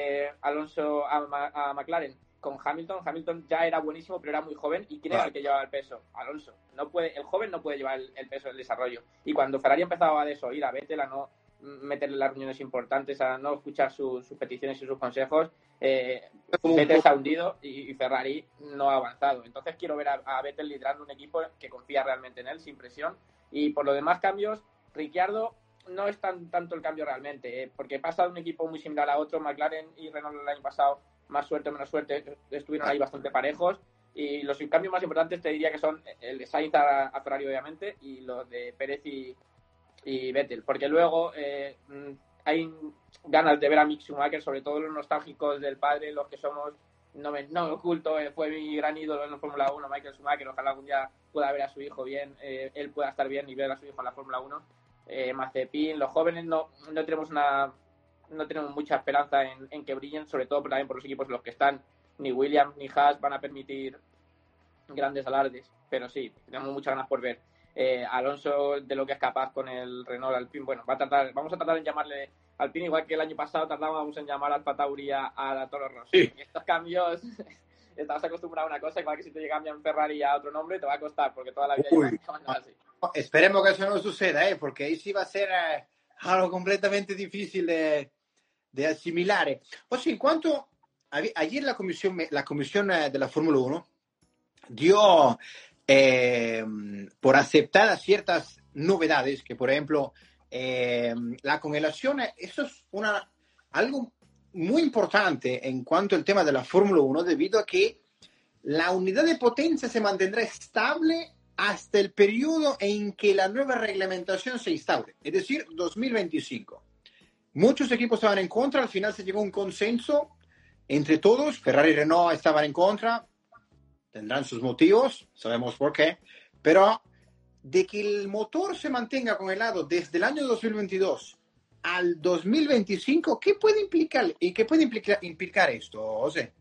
[SPEAKER 5] Alonso a McLaren con Hamilton ya era buenísimo, pero era muy joven, y ¿quién era el que llevaba el peso? Alonso. El joven no puede llevar el peso del desarrollo, y cuando Ferrari empezaba a desoír a Vettel, a no meterle las reuniones importantes, a no escuchar sus peticiones y sus consejos, Vettel se ha hundido y Ferrari no ha avanzado. Entonces quiero ver a Vettel liderando un equipo que confía realmente en él, sin presión. Y por los demás cambios, Ricciardo no es tanto el cambio realmente, porque pasa de un equipo muy similar a otro. McLaren y Renault el año pasado, más suerte o menos suerte, estuvieron ahí bastante parejos, y los cambios más importantes te diría que son el de Sainz a Ferrari, obviamente, y los de Pérez y Vettel, porque luego hay ganas de ver a Mick Schumacher, sobre todo los nostálgicos del padre, los que somos, no me oculto, fue mi gran ídolo en la Fórmula 1, Michael Schumacher. Ojalá algún día pueda ver a su hijo bien, él pueda estar bien y ver a su hijo en la Fórmula 1. Mazepin, los jóvenes no tenemos mucha esperanza en que brillen, sobre todo también por los equipos en los que están. Ni Williams ni Haas van a permitir grandes alardes, pero sí, tenemos muchas ganas por ver Alonso de lo que es capaz con el Renault Alpine. Bueno, vamos a tratar de llamarle Alpine, igual que el año pasado tardábamos en llamar Alfa Tauri a la Toro Rosso. Sí. Estos cambios, estás acostumbrado a una cosa, igual que si te cambian Ferrari a otro nombre te va a costar, porque toda la vida llevan así.
[SPEAKER 4] Esperemos que eso no suceda, porque ahí sí va a ser algo completamente difícil de asimilar. O sea, en cuanto ayer la comisión de la Fórmula 1 dio por aceptadas ciertas novedades, que por ejemplo la congelación, eso es algo muy importante en cuanto al tema de la Fórmula 1, debido a que la unidad de potencia se mantendrá estable hasta el periodo en que la nueva reglamentación se instaure, es decir, 2025. Muchos equipos estaban en contra, al final se llegó a un consenso entre todos. Ferrari y Renault estaban en contra, tendrán sus motivos, sabemos por qué, pero de que el motor se mantenga congelado desde el año 2022 al 2025, ¿qué puede implicar esto, José?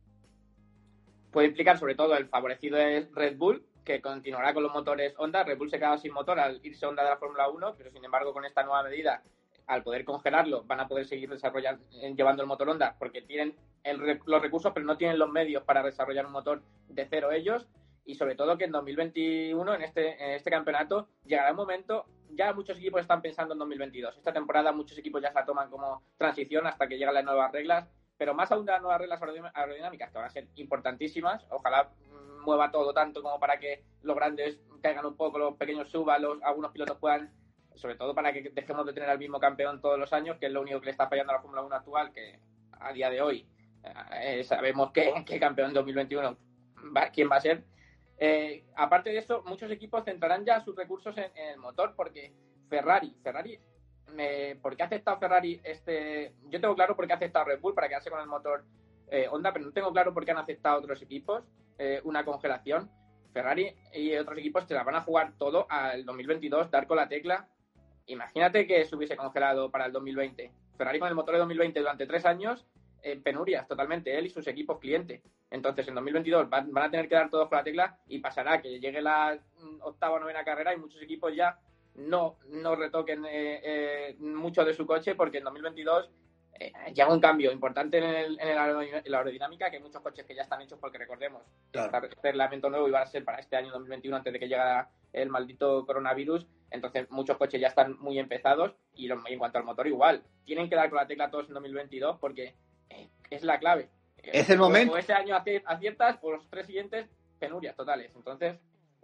[SPEAKER 5] Puede implicar sobre todo el favorecido es Red Bull, que continuará con los motores Honda. Red Bull se queda sin motor al irse Honda de la Fórmula 1, pero sin embargo con esta nueva medida, al poder congelarlo, van a poder seguir llevando el motor Honda, porque tienen los recursos, pero no tienen los medios para desarrollar un motor de cero ellos. Y sobre todo que en 2021, en este campeonato, llegará un momento, ya muchos equipos están pensando en 2022. Esta temporada muchos equipos ya se la toman como transición hasta que llegan las nuevas reglas, pero más aún de las nuevas reglas aerodinámicas, que van a ser importantísimas. Ojalá mueva todo tanto como para que los grandes caigan un poco, los pequeños suban, algunos pilotos puedan, sobre todo para que dejemos de tener al mismo campeón todos los años, que es lo único que le está fallando a la Fórmula 1 actual, que a día de hoy sabemos que campeón 2021 quién va a ser. Aparte de eso, muchos equipos centrarán ya sus recursos en el motor, porque Ferrari, ¿por qué ha aceptado Ferrari yo tengo claro por qué ha aceptado Red Bull para quedarse con el motor Honda, pero no tengo claro por qué han aceptado otros equipos una congelación. Ferrari y otros equipos se la van a jugar todo al 2022, dar con la tecla. Imagínate que se hubiese congelado para el 2020. Ferrari con el motor de 2020 durante 3 años, penurias totalmente, él y sus equipos clientes. Entonces, en 2022 van a tener que dar todos con la tecla y pasará que llegue la 8ª o 9ª carrera y muchos equipos ya no retoquen mucho de su coche, porque en 2022 llega un cambio importante en la aerodinámica, que hay muchos coches que ya están hechos, porque recordemos, claro, este reglamento nuevo iba a ser para este año 2021 antes de que llegara el maldito coronavirus. Entonces muchos coches ya están muy empezados y en cuanto al motor igual, tienen que dar con la tecla todos en 2022 porque es la clave.
[SPEAKER 4] Es el momento.
[SPEAKER 5] O ese año aciertas, o los 3 siguientes penurias totales. Entonces,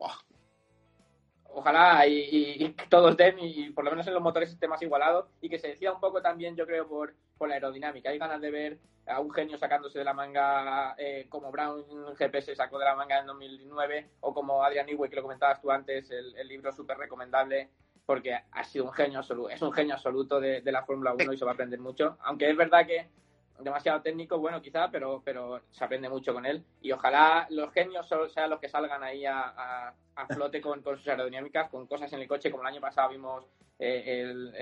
[SPEAKER 5] ojalá y todos den, y por lo menos en los motores esté más igualado, y que se decida un poco también, yo creo, por la aerodinámica. Hay ganas de ver a un genio sacándose de la manga, como Brown GP se sacó de la manga en 2009, o como Adrian Newey, que lo comentabas tú antes, el libro súper recomendable, porque ha sido un genio absoluto, es un genio absoluto de la Fórmula 1 y se va a aprender mucho, aunque es verdad que demasiado técnico, bueno, quizá, pero se aprende mucho con él, y ojalá los genios sean los que salgan ahí a flote con sus aerodinámicas, con cosas en el coche, como el año pasado vimos el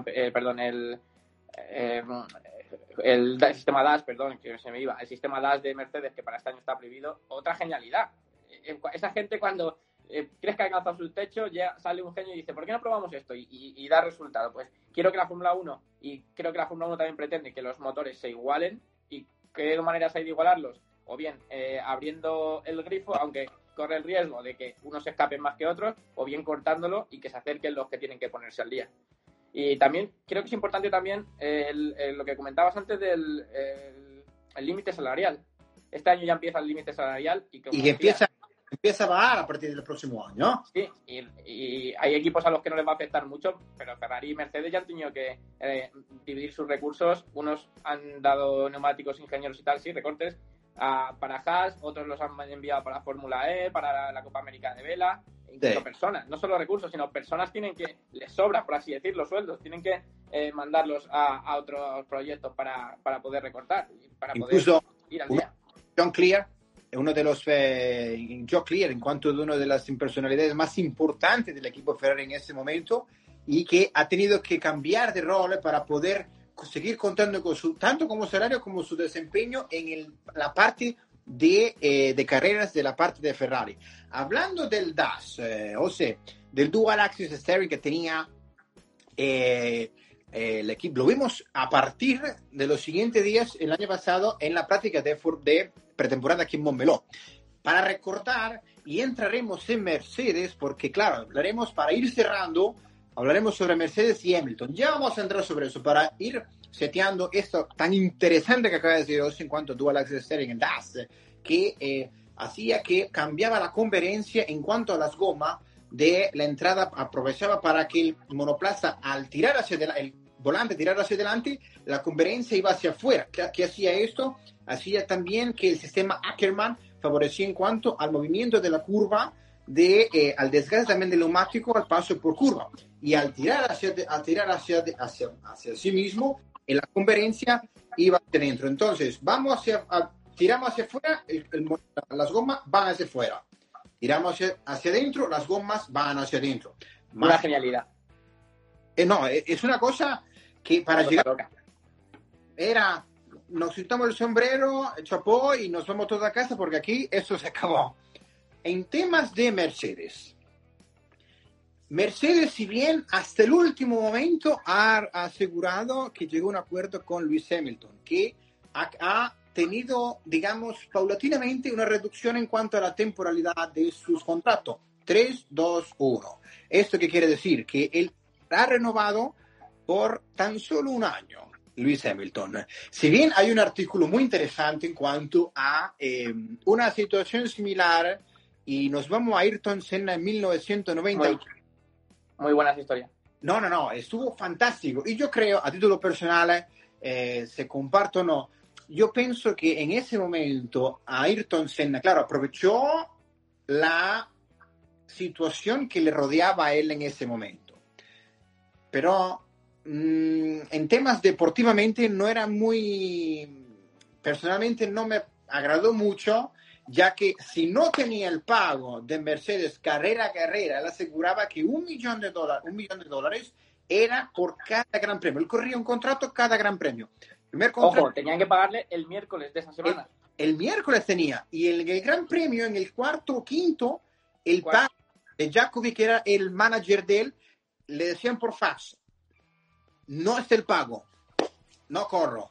[SPEAKER 5] sistema DAS, que se me iba, el sistema DAS de Mercedes, que para este año está prohibido. Otra genialidad. Esa gente, cuando crees que ha alcanzado su techo, ya sale un genio y dice, ¿por qué no probamos esto? Y da resultado. Pues quiero que la Fórmula 1, y creo que la Fórmula 1 también pretende que los motores se igualen, y ¿qué maneras hay de igualarlos? O bien abriendo el grifo, aunque corre el riesgo de que unos se escapen más que otros, o bien cortándolo y que se acerquen los que tienen que ponerse al día. Y también creo que es importante también lo que comentabas antes del el límite salarial. Este año ya empieza el límite salarial y que
[SPEAKER 4] empieza a bajar a partir del próximo año.
[SPEAKER 5] Sí, y hay equipos a los que no les va a afectar mucho, pero Ferrari y Mercedes ya han tenido que dividir sus recursos. Unos han dado neumáticos, ingenieros y tal, sí, recortes para Haas, otros los han enviado para Fórmula E, para la Copa América de Vela, incluso personas, no solo recursos, sino personas les sobra, por así decirlo, sueldos, tienen que mandarlos a otros proyectos para poder recortar, para
[SPEAKER 4] incluso
[SPEAKER 5] poder ir al día.
[SPEAKER 4] John Clear, uno de los John Clear, en cuanto a una de las personalidades más importantes del equipo Ferrari en este momento, y que ha tenido que cambiar de rol para poder seguir contando con tanto como salario como su desempeño en la parte de carreras de la parte de Ferrari. Hablando del DAS, o sea, del Dual Axis Steering que tenía el equipo, lo vimos a partir de los siguientes días el año pasado en la práctica de pretemporada aquí en Montmeló. Para recordar, y entraremos en Mercedes, porque claro, hablaremos para ir cerrando, hablaremos sobre Mercedes y Hamilton. Ya vamos a entrar sobre eso para ir seteando esto tan interesante que acaba de decir en cuanto a Dual Axis Steering en DAS, que hacía que cambiaba la conveniencia en cuanto a las gomas de la entrada, aprovechaba para que el monoplaza, al tirar hacia el volante tirar hacia adelante, la conveniencia iba hacia afuera. ¿Qué hacía esto? Hacía también que el sistema Ackermann favorecía en cuanto al movimiento de la curva, al desgaste también del neumático al paso por curva, y al tirar hacia sí mismo, la conveniencia iba hacia dentro. Entonces vamos a tiramos hacia afuera, las gomas van hacia afuera. Tiramos hacia adentro, las gomas van hacia adentro.
[SPEAKER 5] Una genialidad.
[SPEAKER 4] No, es una cosa que para llegar... Loca. Nos quitamos el sombrero, chapó y nos vamos todos a casa porque aquí esto se acabó. En temas de Mercedes, si bien hasta el último momento ha asegurado que llegó a un acuerdo con Lewis Hamilton, que ha tenido, digamos, paulatinamente una reducción en cuanto a la temporalidad de sus contratos. 3, 2, 1. ¿Esto qué quiere decir? Que él ha renovado por tan solo un año, Lewis Hamilton. Si bien hay un artículo muy interesante en cuanto a una situación similar, y nos vamos a Ayrton Senna en 1990.
[SPEAKER 5] Muy buenas historias.
[SPEAKER 4] No, estuvo fantástico. Y yo creo, a título personal, se comparto o no, yo pienso que en ese momento Ayrton Senna, claro, aprovechó la situación que le rodeaba a él en ese momento. Pero en temas deportivamente no era muy... Personalmente no me agradó mucho, ya que si no tenía el pago de Mercedes carrera a carrera, él aseguraba que $1 millón era por cada gran premio. Él corría un contrato cada gran premio.
[SPEAKER 5] Ojo, tenían que pagarle el miércoles de esa semana.
[SPEAKER 4] El miércoles tenía. Y el gran premio, en el cuarto o quinto, el pago de Jacobi, que era el manager de él, le decían por fax: no está el pago, no corro.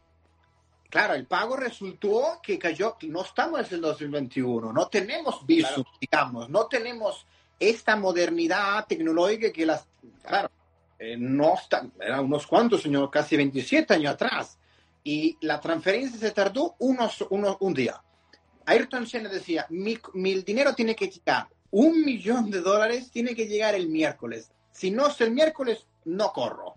[SPEAKER 4] Claro, el pago resultó que cayó. No estamos en el 2021, no tenemos visum, digamos, no tenemos esta modernidad tecnológica que las... Claro, no está, eran unos cuantos años, casi 27 años atrás, y la transferencia se tardó un día. Ayrton Senna decía, mi dinero tiene que llegar, $1 millón tiene que llegar el miércoles. Si no es el miércoles, no corro.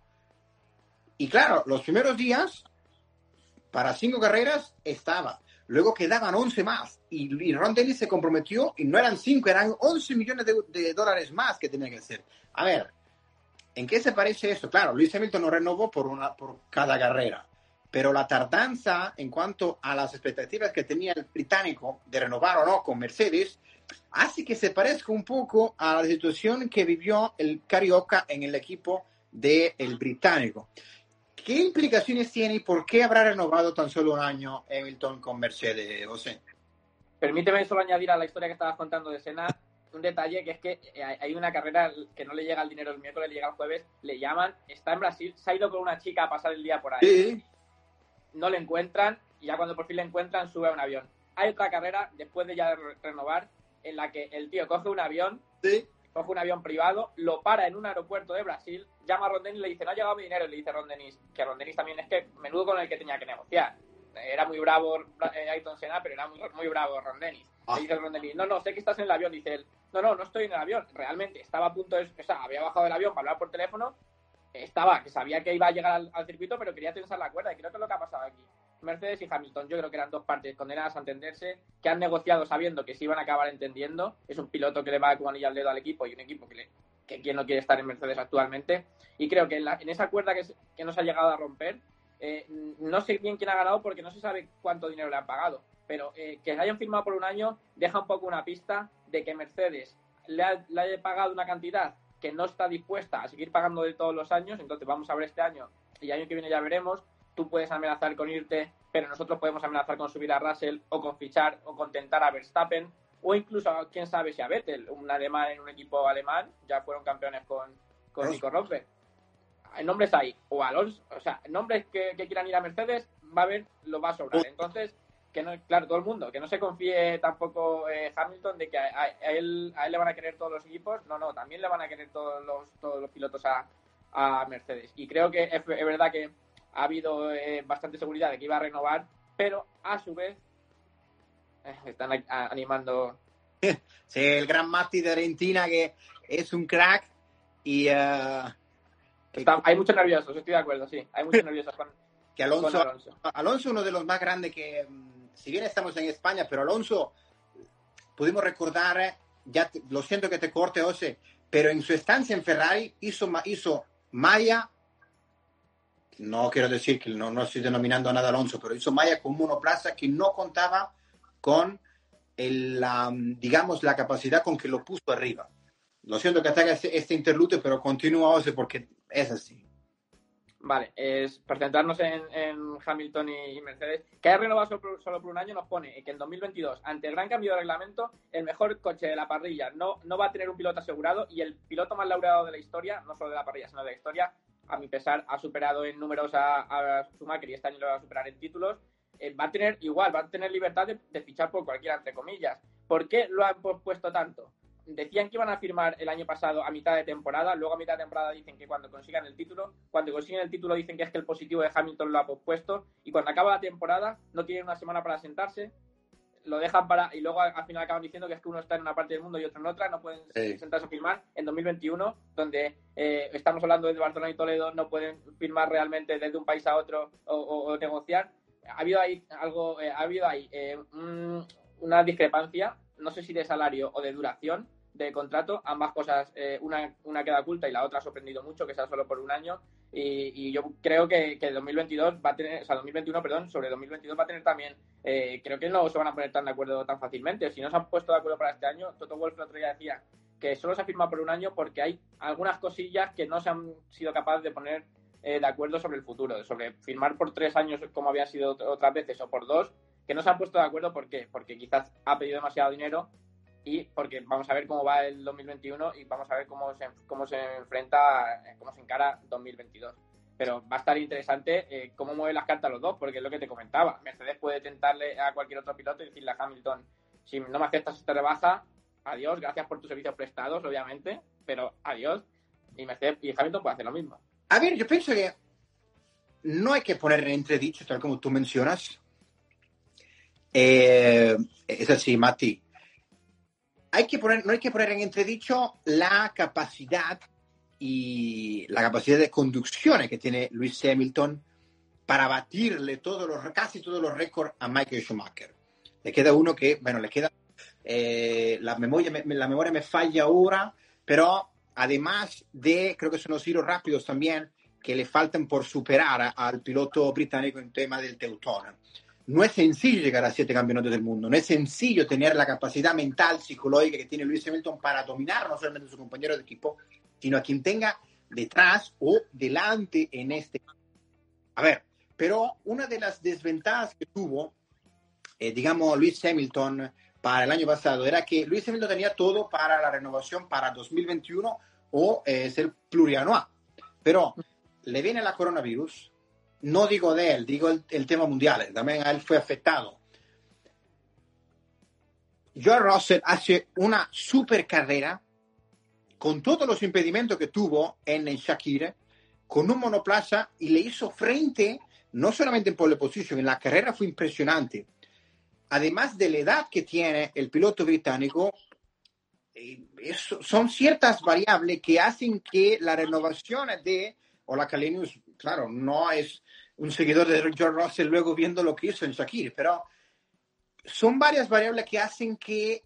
[SPEAKER 4] Y claro, los primeros días, para 5 carreras, estaba. Luego quedaban 11 más. Y Ron Dennis se comprometió, y no eran 5, eran $11 millones de dólares más que tenía que hacer. A ver, ¿en qué se parece esto? Claro, Lewis Hamilton no renovó por cada carrera. Pero la tardanza en cuanto a las expectativas que tenía el británico de renovar o no con Mercedes, hace que se parezca un poco a la situación que vivió el Carioca en el equipo del británico. ¿Qué implicaciones tiene y por qué habrá renovado tan solo un año Hamilton con Mercedes, José?
[SPEAKER 5] Permíteme solo añadir a la historia que estabas contando de Senna un detalle, que es que hay una carrera que no le llega el dinero el miércoles, le llega el jueves, le llaman, está en Brasil, se ha ido con una chica a pasar el día por ahí.
[SPEAKER 4] Sí.
[SPEAKER 5] No le encuentran, y ya cuando por fin le encuentran, sube a un avión. Hay otra carrera, después de ya renovar, en la que el tío coge un avión, coge un avión privado, lo para en un aeropuerto de Brasil, llama a Ron Dennis y le dice, no ha llegado mi dinero, y le dice Ron Dennis, que Ron Dennis también es que menudo con el que tenía que negociar. Era muy bravo Ayrton Senna, pero era muy bravo Ron Dennis. Le dice Ron Dennis, no, sé que estás en el avión, dice él, no estoy en el avión, realmente estaba a punto de, había bajado del avión para hablar por teléfono, que sabía que iba a llegar al circuito, pero quería tensar la cuerda, y creo que es lo que ha pasado aquí. Mercedes y Hamilton, yo creo que eran dos partes condenadas a entenderse, que han negociado sabiendo que se iban a acabar entendiendo. Es un piloto que le va como anillo al dedo al equipo, y un equipo que quien no quiere estar en Mercedes actualmente. Y creo que en esa cuerda que no se ha llegado a romper, no sé bien quién ha ganado porque no se sabe cuánto dinero le han pagado, pero que se hayan firmado por un año deja un poco una pista de que Mercedes le haya pagado una cantidad que no está dispuesta a seguir pagando de todos los años. Entonces vamos a ver este año, y el año que viene ya veremos. Tú puedes amenazar con irte, pero nosotros podemos amenazar con subir a Russell, o con fichar, o con tentar a Verstappen, o incluso, quién sabe, si a Vettel, un alemán en un equipo alemán. Ya fueron campeones con Nico Rosberg. Nombres hay, o Alonso, o sea, nombres que quieran ir a Mercedes, va a haber, lo va a sobrar. Entonces, que no, claro, todo el mundo, que no se confíe tampoco Hamilton de que a él le van a querer todos los equipos. No, también le van a querer todos los pilotos a Mercedes. Y creo que es verdad que ha habido bastante seguridad de que iba a renovar, pero a su vez están animando.
[SPEAKER 4] Sí, el gran Matti de Argentina, que es un crack, y
[SPEAKER 5] hay muchos nerviosos, estoy de acuerdo, sí, hay muchos nerviosos con Alonso.
[SPEAKER 4] Alonso, uno de los más grandes que, si bien estamos en España, pero Alonso, pudimos recordar, lo siento que te corte, José, pero en su estancia en Ferrari hizo Maya no quiero decir que no estoy denominando a nada Alonso, pero hizo Maya con un monoplaza que no contaba con digamos, la capacidad con que lo puso arriba. Lo siento que haga este interludio, pero continúa porque es así.
[SPEAKER 5] Vale, para centrarnos en Hamilton y Mercedes, que haya renovado solo por un año nos pone que en 2022, ante el gran cambio de reglamento, el mejor coche de la parrilla no va a tener un piloto asegurado, y el piloto más laureado de la historia, no solo de la parrilla, sino de la historia, a mi pesar, ha superado en números a Schumacher y este año lo va a superar en títulos. Va a tener libertad de fichar por cualquiera, entre comillas. ¿Por qué lo han pospuesto tanto? Decían que iban a firmar el año pasado a mitad de temporada, luego a mitad de temporada dicen que cuando consiguen el título dicen que es que el positivo de Hamilton lo ha pospuesto, y cuando acaba la temporada no tienen una semana para sentarse, lo dejan y luego al final acaban diciendo que es que uno está en una parte del mundo y otro en otra, no pueden sentarse a firmar en 2021, donde estamos hablando de Barcelona y Toledo, no pueden firmar realmente desde un país a otro o negociar. Ha habido ahí una discrepancia, no sé si de salario o de duración de contrato, ambas cosas, una queda oculta y la otra ha sorprendido mucho, que sea solo por un año, y yo creo que 2022 va a tener, o sea, 2021, perdón, sobre 2022 va a tener también, creo que no se van a poner tan de acuerdo tan fácilmente. Si no se han puesto de acuerdo para este año, Toto Wolff el otro día decía que solo se ha firmado por un año porque hay algunas cosillas que no se han sido capaces de poner de acuerdo sobre el futuro, sobre firmar por 3 años como había sido otras veces, o por 2, que no se han puesto de acuerdo. ¿Por qué? Porque quizás ha pedido demasiado dinero, y porque vamos a ver cómo va el 2021 y vamos a ver cómo se enfrenta, cómo se encara 2022. Pero va a estar interesante cómo mueven las cartas los dos, porque es lo que te comentaba. Mercedes puede tentarle a cualquier otro piloto y decirle a Hamilton: si no me aceptas esta rebaja, adiós, gracias por tus servicios prestados, obviamente, pero adiós. Y Hamilton puede hacer lo mismo.
[SPEAKER 4] A ver, yo pienso que no hay que poner en entredicho, tal como tú mencionas. Es así, Mati. No hay que poner en entredicho la capacidad de conducción que tiene Lewis Hamilton para batirle casi todos los récords a Michael Schumacher. Le queda uno que, la memoria me falla ahora, pero además creo que son los giros rápidos también que le faltan por superar al piloto británico en tema del Teutón. No es sencillo llegar a 7 campeonatos del mundo, no es sencillo tener la capacidad mental, psicológica que tiene Lewis Hamilton para dominar no solamente a su compañero de equipo, sino a quien tenga detrás o delante en este. A ver, pero una de las desventajas que tuvo, Lewis Hamilton para el año pasado era que Lewis Hamilton tenía todo para la renovación para 2021 o ser plurianual, pero le viene la coronavirus. No digo de él, digo el tema mundial, también a él fue afectado. George Russell hace una super carrera con todos los impedimentos que tuvo en Shakir, con un monoplaza, y le hizo frente, no solamente en pole position, en la carrera fue impresionante. Además de la edad que tiene el piloto británico, son ciertas variables que hacen que la renovación de Ola Kalenius, claro, no es un seguidor de George Russell luego viendo lo que hizo en Shakir, pero son varias variables que hacen que,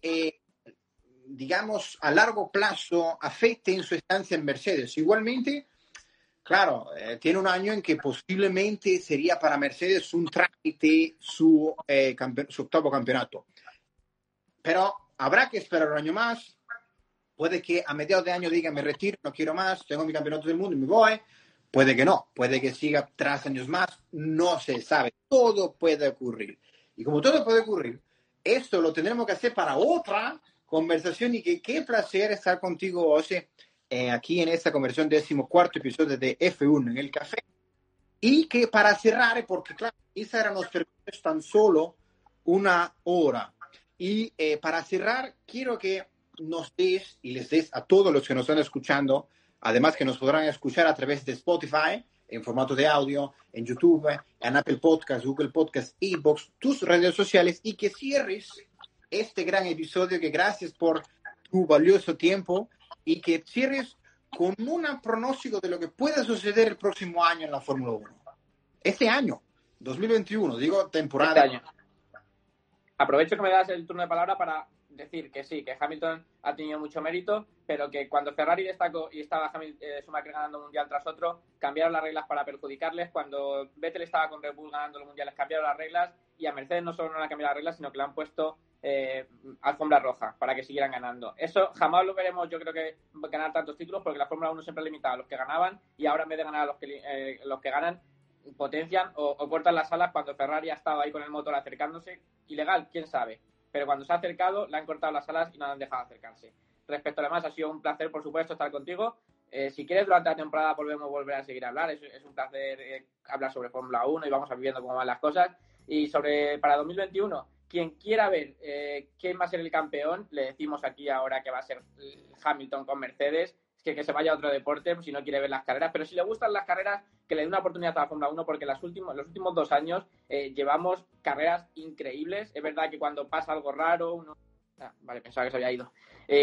[SPEAKER 4] a largo plazo afecten su estancia en Mercedes. Igualmente, claro, tiene un año en que posiblemente sería para Mercedes un trámite su octavo campeonato. Pero habrá que esperar un año más. Puede que a mediados de año diga: me retiro, no quiero más, tengo mi campeonato del mundo y me voy. Puede que no, puede que siga 3 años más, no se sabe, todo puede ocurrir. Y como todo puede ocurrir, esto lo tendremos que hacer para otra conversación, y qué placer estar contigo, José, aquí en esta conversación 14º episodio de F1 en el café. Y que para cerrar, porque claro, Instagram nos permite tan solo 1 hora. Y para cerrar, quiero que nos des y les des a todos los que nos están escuchando, además que nos podrán escuchar a través de Spotify, en formato de audio, en YouTube, en Apple Podcasts, Google Podcasts, iVoox, tus redes sociales, y que cierres este gran episodio, que gracias por tu valioso tiempo, y que cierres con un pronóstico de lo que puede suceder el próximo año en la Fórmula 1. Este año, 2021, digo temporada.
[SPEAKER 5] Este año. Aprovecho que me das el turno de palabra para decir que sí, que Hamilton ha tenido mucho mérito, pero que cuando Ferrari destacó y estaba Schumacher ganando un mundial tras otro, cambiaron las reglas para perjudicarles. Cuando Vettel estaba con Red Bull ganando los mundiales, cambiaron las reglas, y a Mercedes no solo no le han cambiado las reglas, sino que le han puesto alfombra roja para que siguieran ganando. Eso jamás lo veremos, yo creo, que ganar tantos títulos, porque la Fórmula 1 siempre ha limitado a los que ganaban, y ahora en vez de ganar a los que ganan, potencian o cortan las alas. Cuando Ferrari ha estado ahí con el motor acercándose, ilegal, quién sabe, pero cuando se ha acercado le han cortado las alas y no han dejado acercarse. Respecto a lo demás, ha sido un placer, por supuesto, estar contigo. Si quieres, durante la temporada podemos volver a seguir a hablar. Es un placer hablar sobre Fórmula 1 y vamos a viendo cómo van las cosas. Y para 2021, quien quiera ver quién va a ser el campeón, le decimos aquí ahora que va a ser Hamilton con Mercedes. Que se vaya a otro deporte si no quiere ver las carreras, pero si le gustan las carreras, que le dé una oportunidad a la Fórmula 1, porque los últimos 2 años llevamos carreras increíbles. Es verdad que cuando pasa algo raro vale, pensaba que se había ido,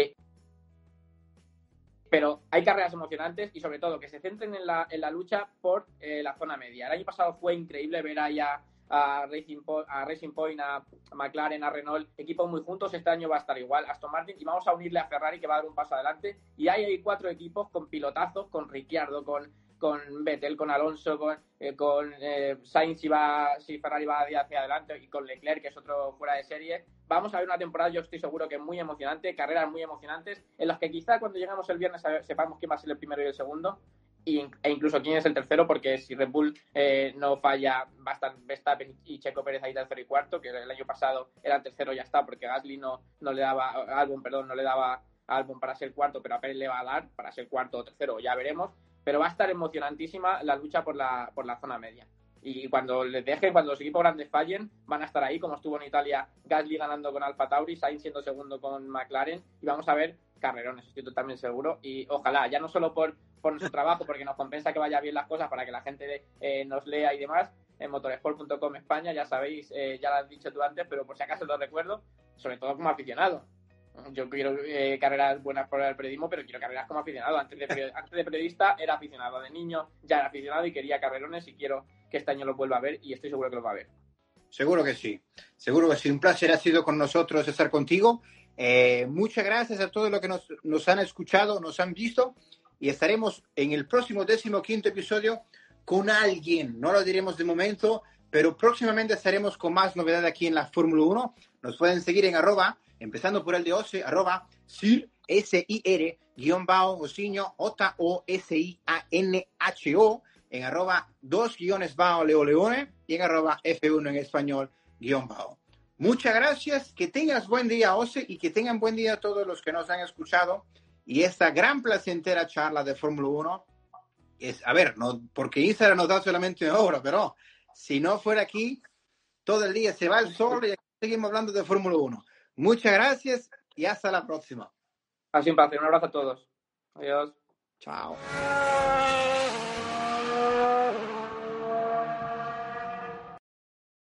[SPEAKER 5] pero hay carreras emocionantes, y sobre todo que se centren en la lucha por la zona media. El año pasado fue increíble ver ahí a Racing Point, a McLaren, a Renault, equipos muy juntos. Este año va a estar igual, Aston Martin, y vamos a unirle a Ferrari, que va a dar un paso adelante. Y hay 4 equipos con pilotazos, con Ricciardo, con Vettel, con Alonso, con Sainz si Ferrari va hacia adelante, y con Leclerc, que es otro fuera de serie. Vamos a ver una temporada, yo estoy seguro, que muy emocionante, carreras muy emocionantes, en las que quizá cuando lleguemos el viernes sepamos quién va a ser el primero y el segundo, e incluso quién es el tercero, porque si Red Bull no falla, va a estar Verstappen y Checo Pérez ahí tercero y cuarto, que el año pasado era tercero, ya está, porque Gasly no le daba a Albon para ser cuarto, pero a Pérez le va a dar para ser cuarto o tercero, ya veremos. Pero va a estar emocionantísima la lucha por la zona media. Y cuando los equipos grandes fallen, van a estar ahí, como estuvo en Italia Gasly ganando con Alfa Tauri, Sainz siendo segundo con McLaren, y vamos a ver carrerones, estoy totalmente seguro. Y ojalá, ya no solo por nuestro trabajo, porque nos compensa que vaya bien las cosas para que la gente nos lea y demás, en motorsport.com España, ya sabéis, ya lo has dicho tú antes, pero por si acaso lo recuerdo, sobre todo como aficionado. Yo quiero carreras buenas por el periodismo, pero quiero carreras como aficionado. Antes de periodista era aficionado, de niño ya era aficionado y quería carrerones, y quiero que este año lo vuelva a ver, y estoy seguro que lo va a ver.
[SPEAKER 4] Seguro que sí. Un placer ha sido con nosotros estar contigo. Muchas gracias a todos los que nos han escuchado, nos han visto, y estaremos en el próximo 15º episodio con alguien. No lo diremos de momento, pero próximamente estaremos con más novedades aquí en la Fórmula 1. Nos pueden seguir en @ empezando por el de Ose, @Sir, SIR, _Osiño, JOSIANHO, en @2_ Leoleone, y en @F1 en español _. Muchas gracias, que tengas buen día, Ose, y que tengan buen día a todos los que nos han escuchado, y esta gran placentera charla de Fórmula 1 no, porque Instagram nos da solamente 1 hora, pero si no fuera aquí, todo el día se va el sol y aquí seguimos hablando de Fórmula 1. Muchas gracias y hasta la próxima.
[SPEAKER 5] Ha sido un placer. Un abrazo a todos. Adiós.
[SPEAKER 4] Chao.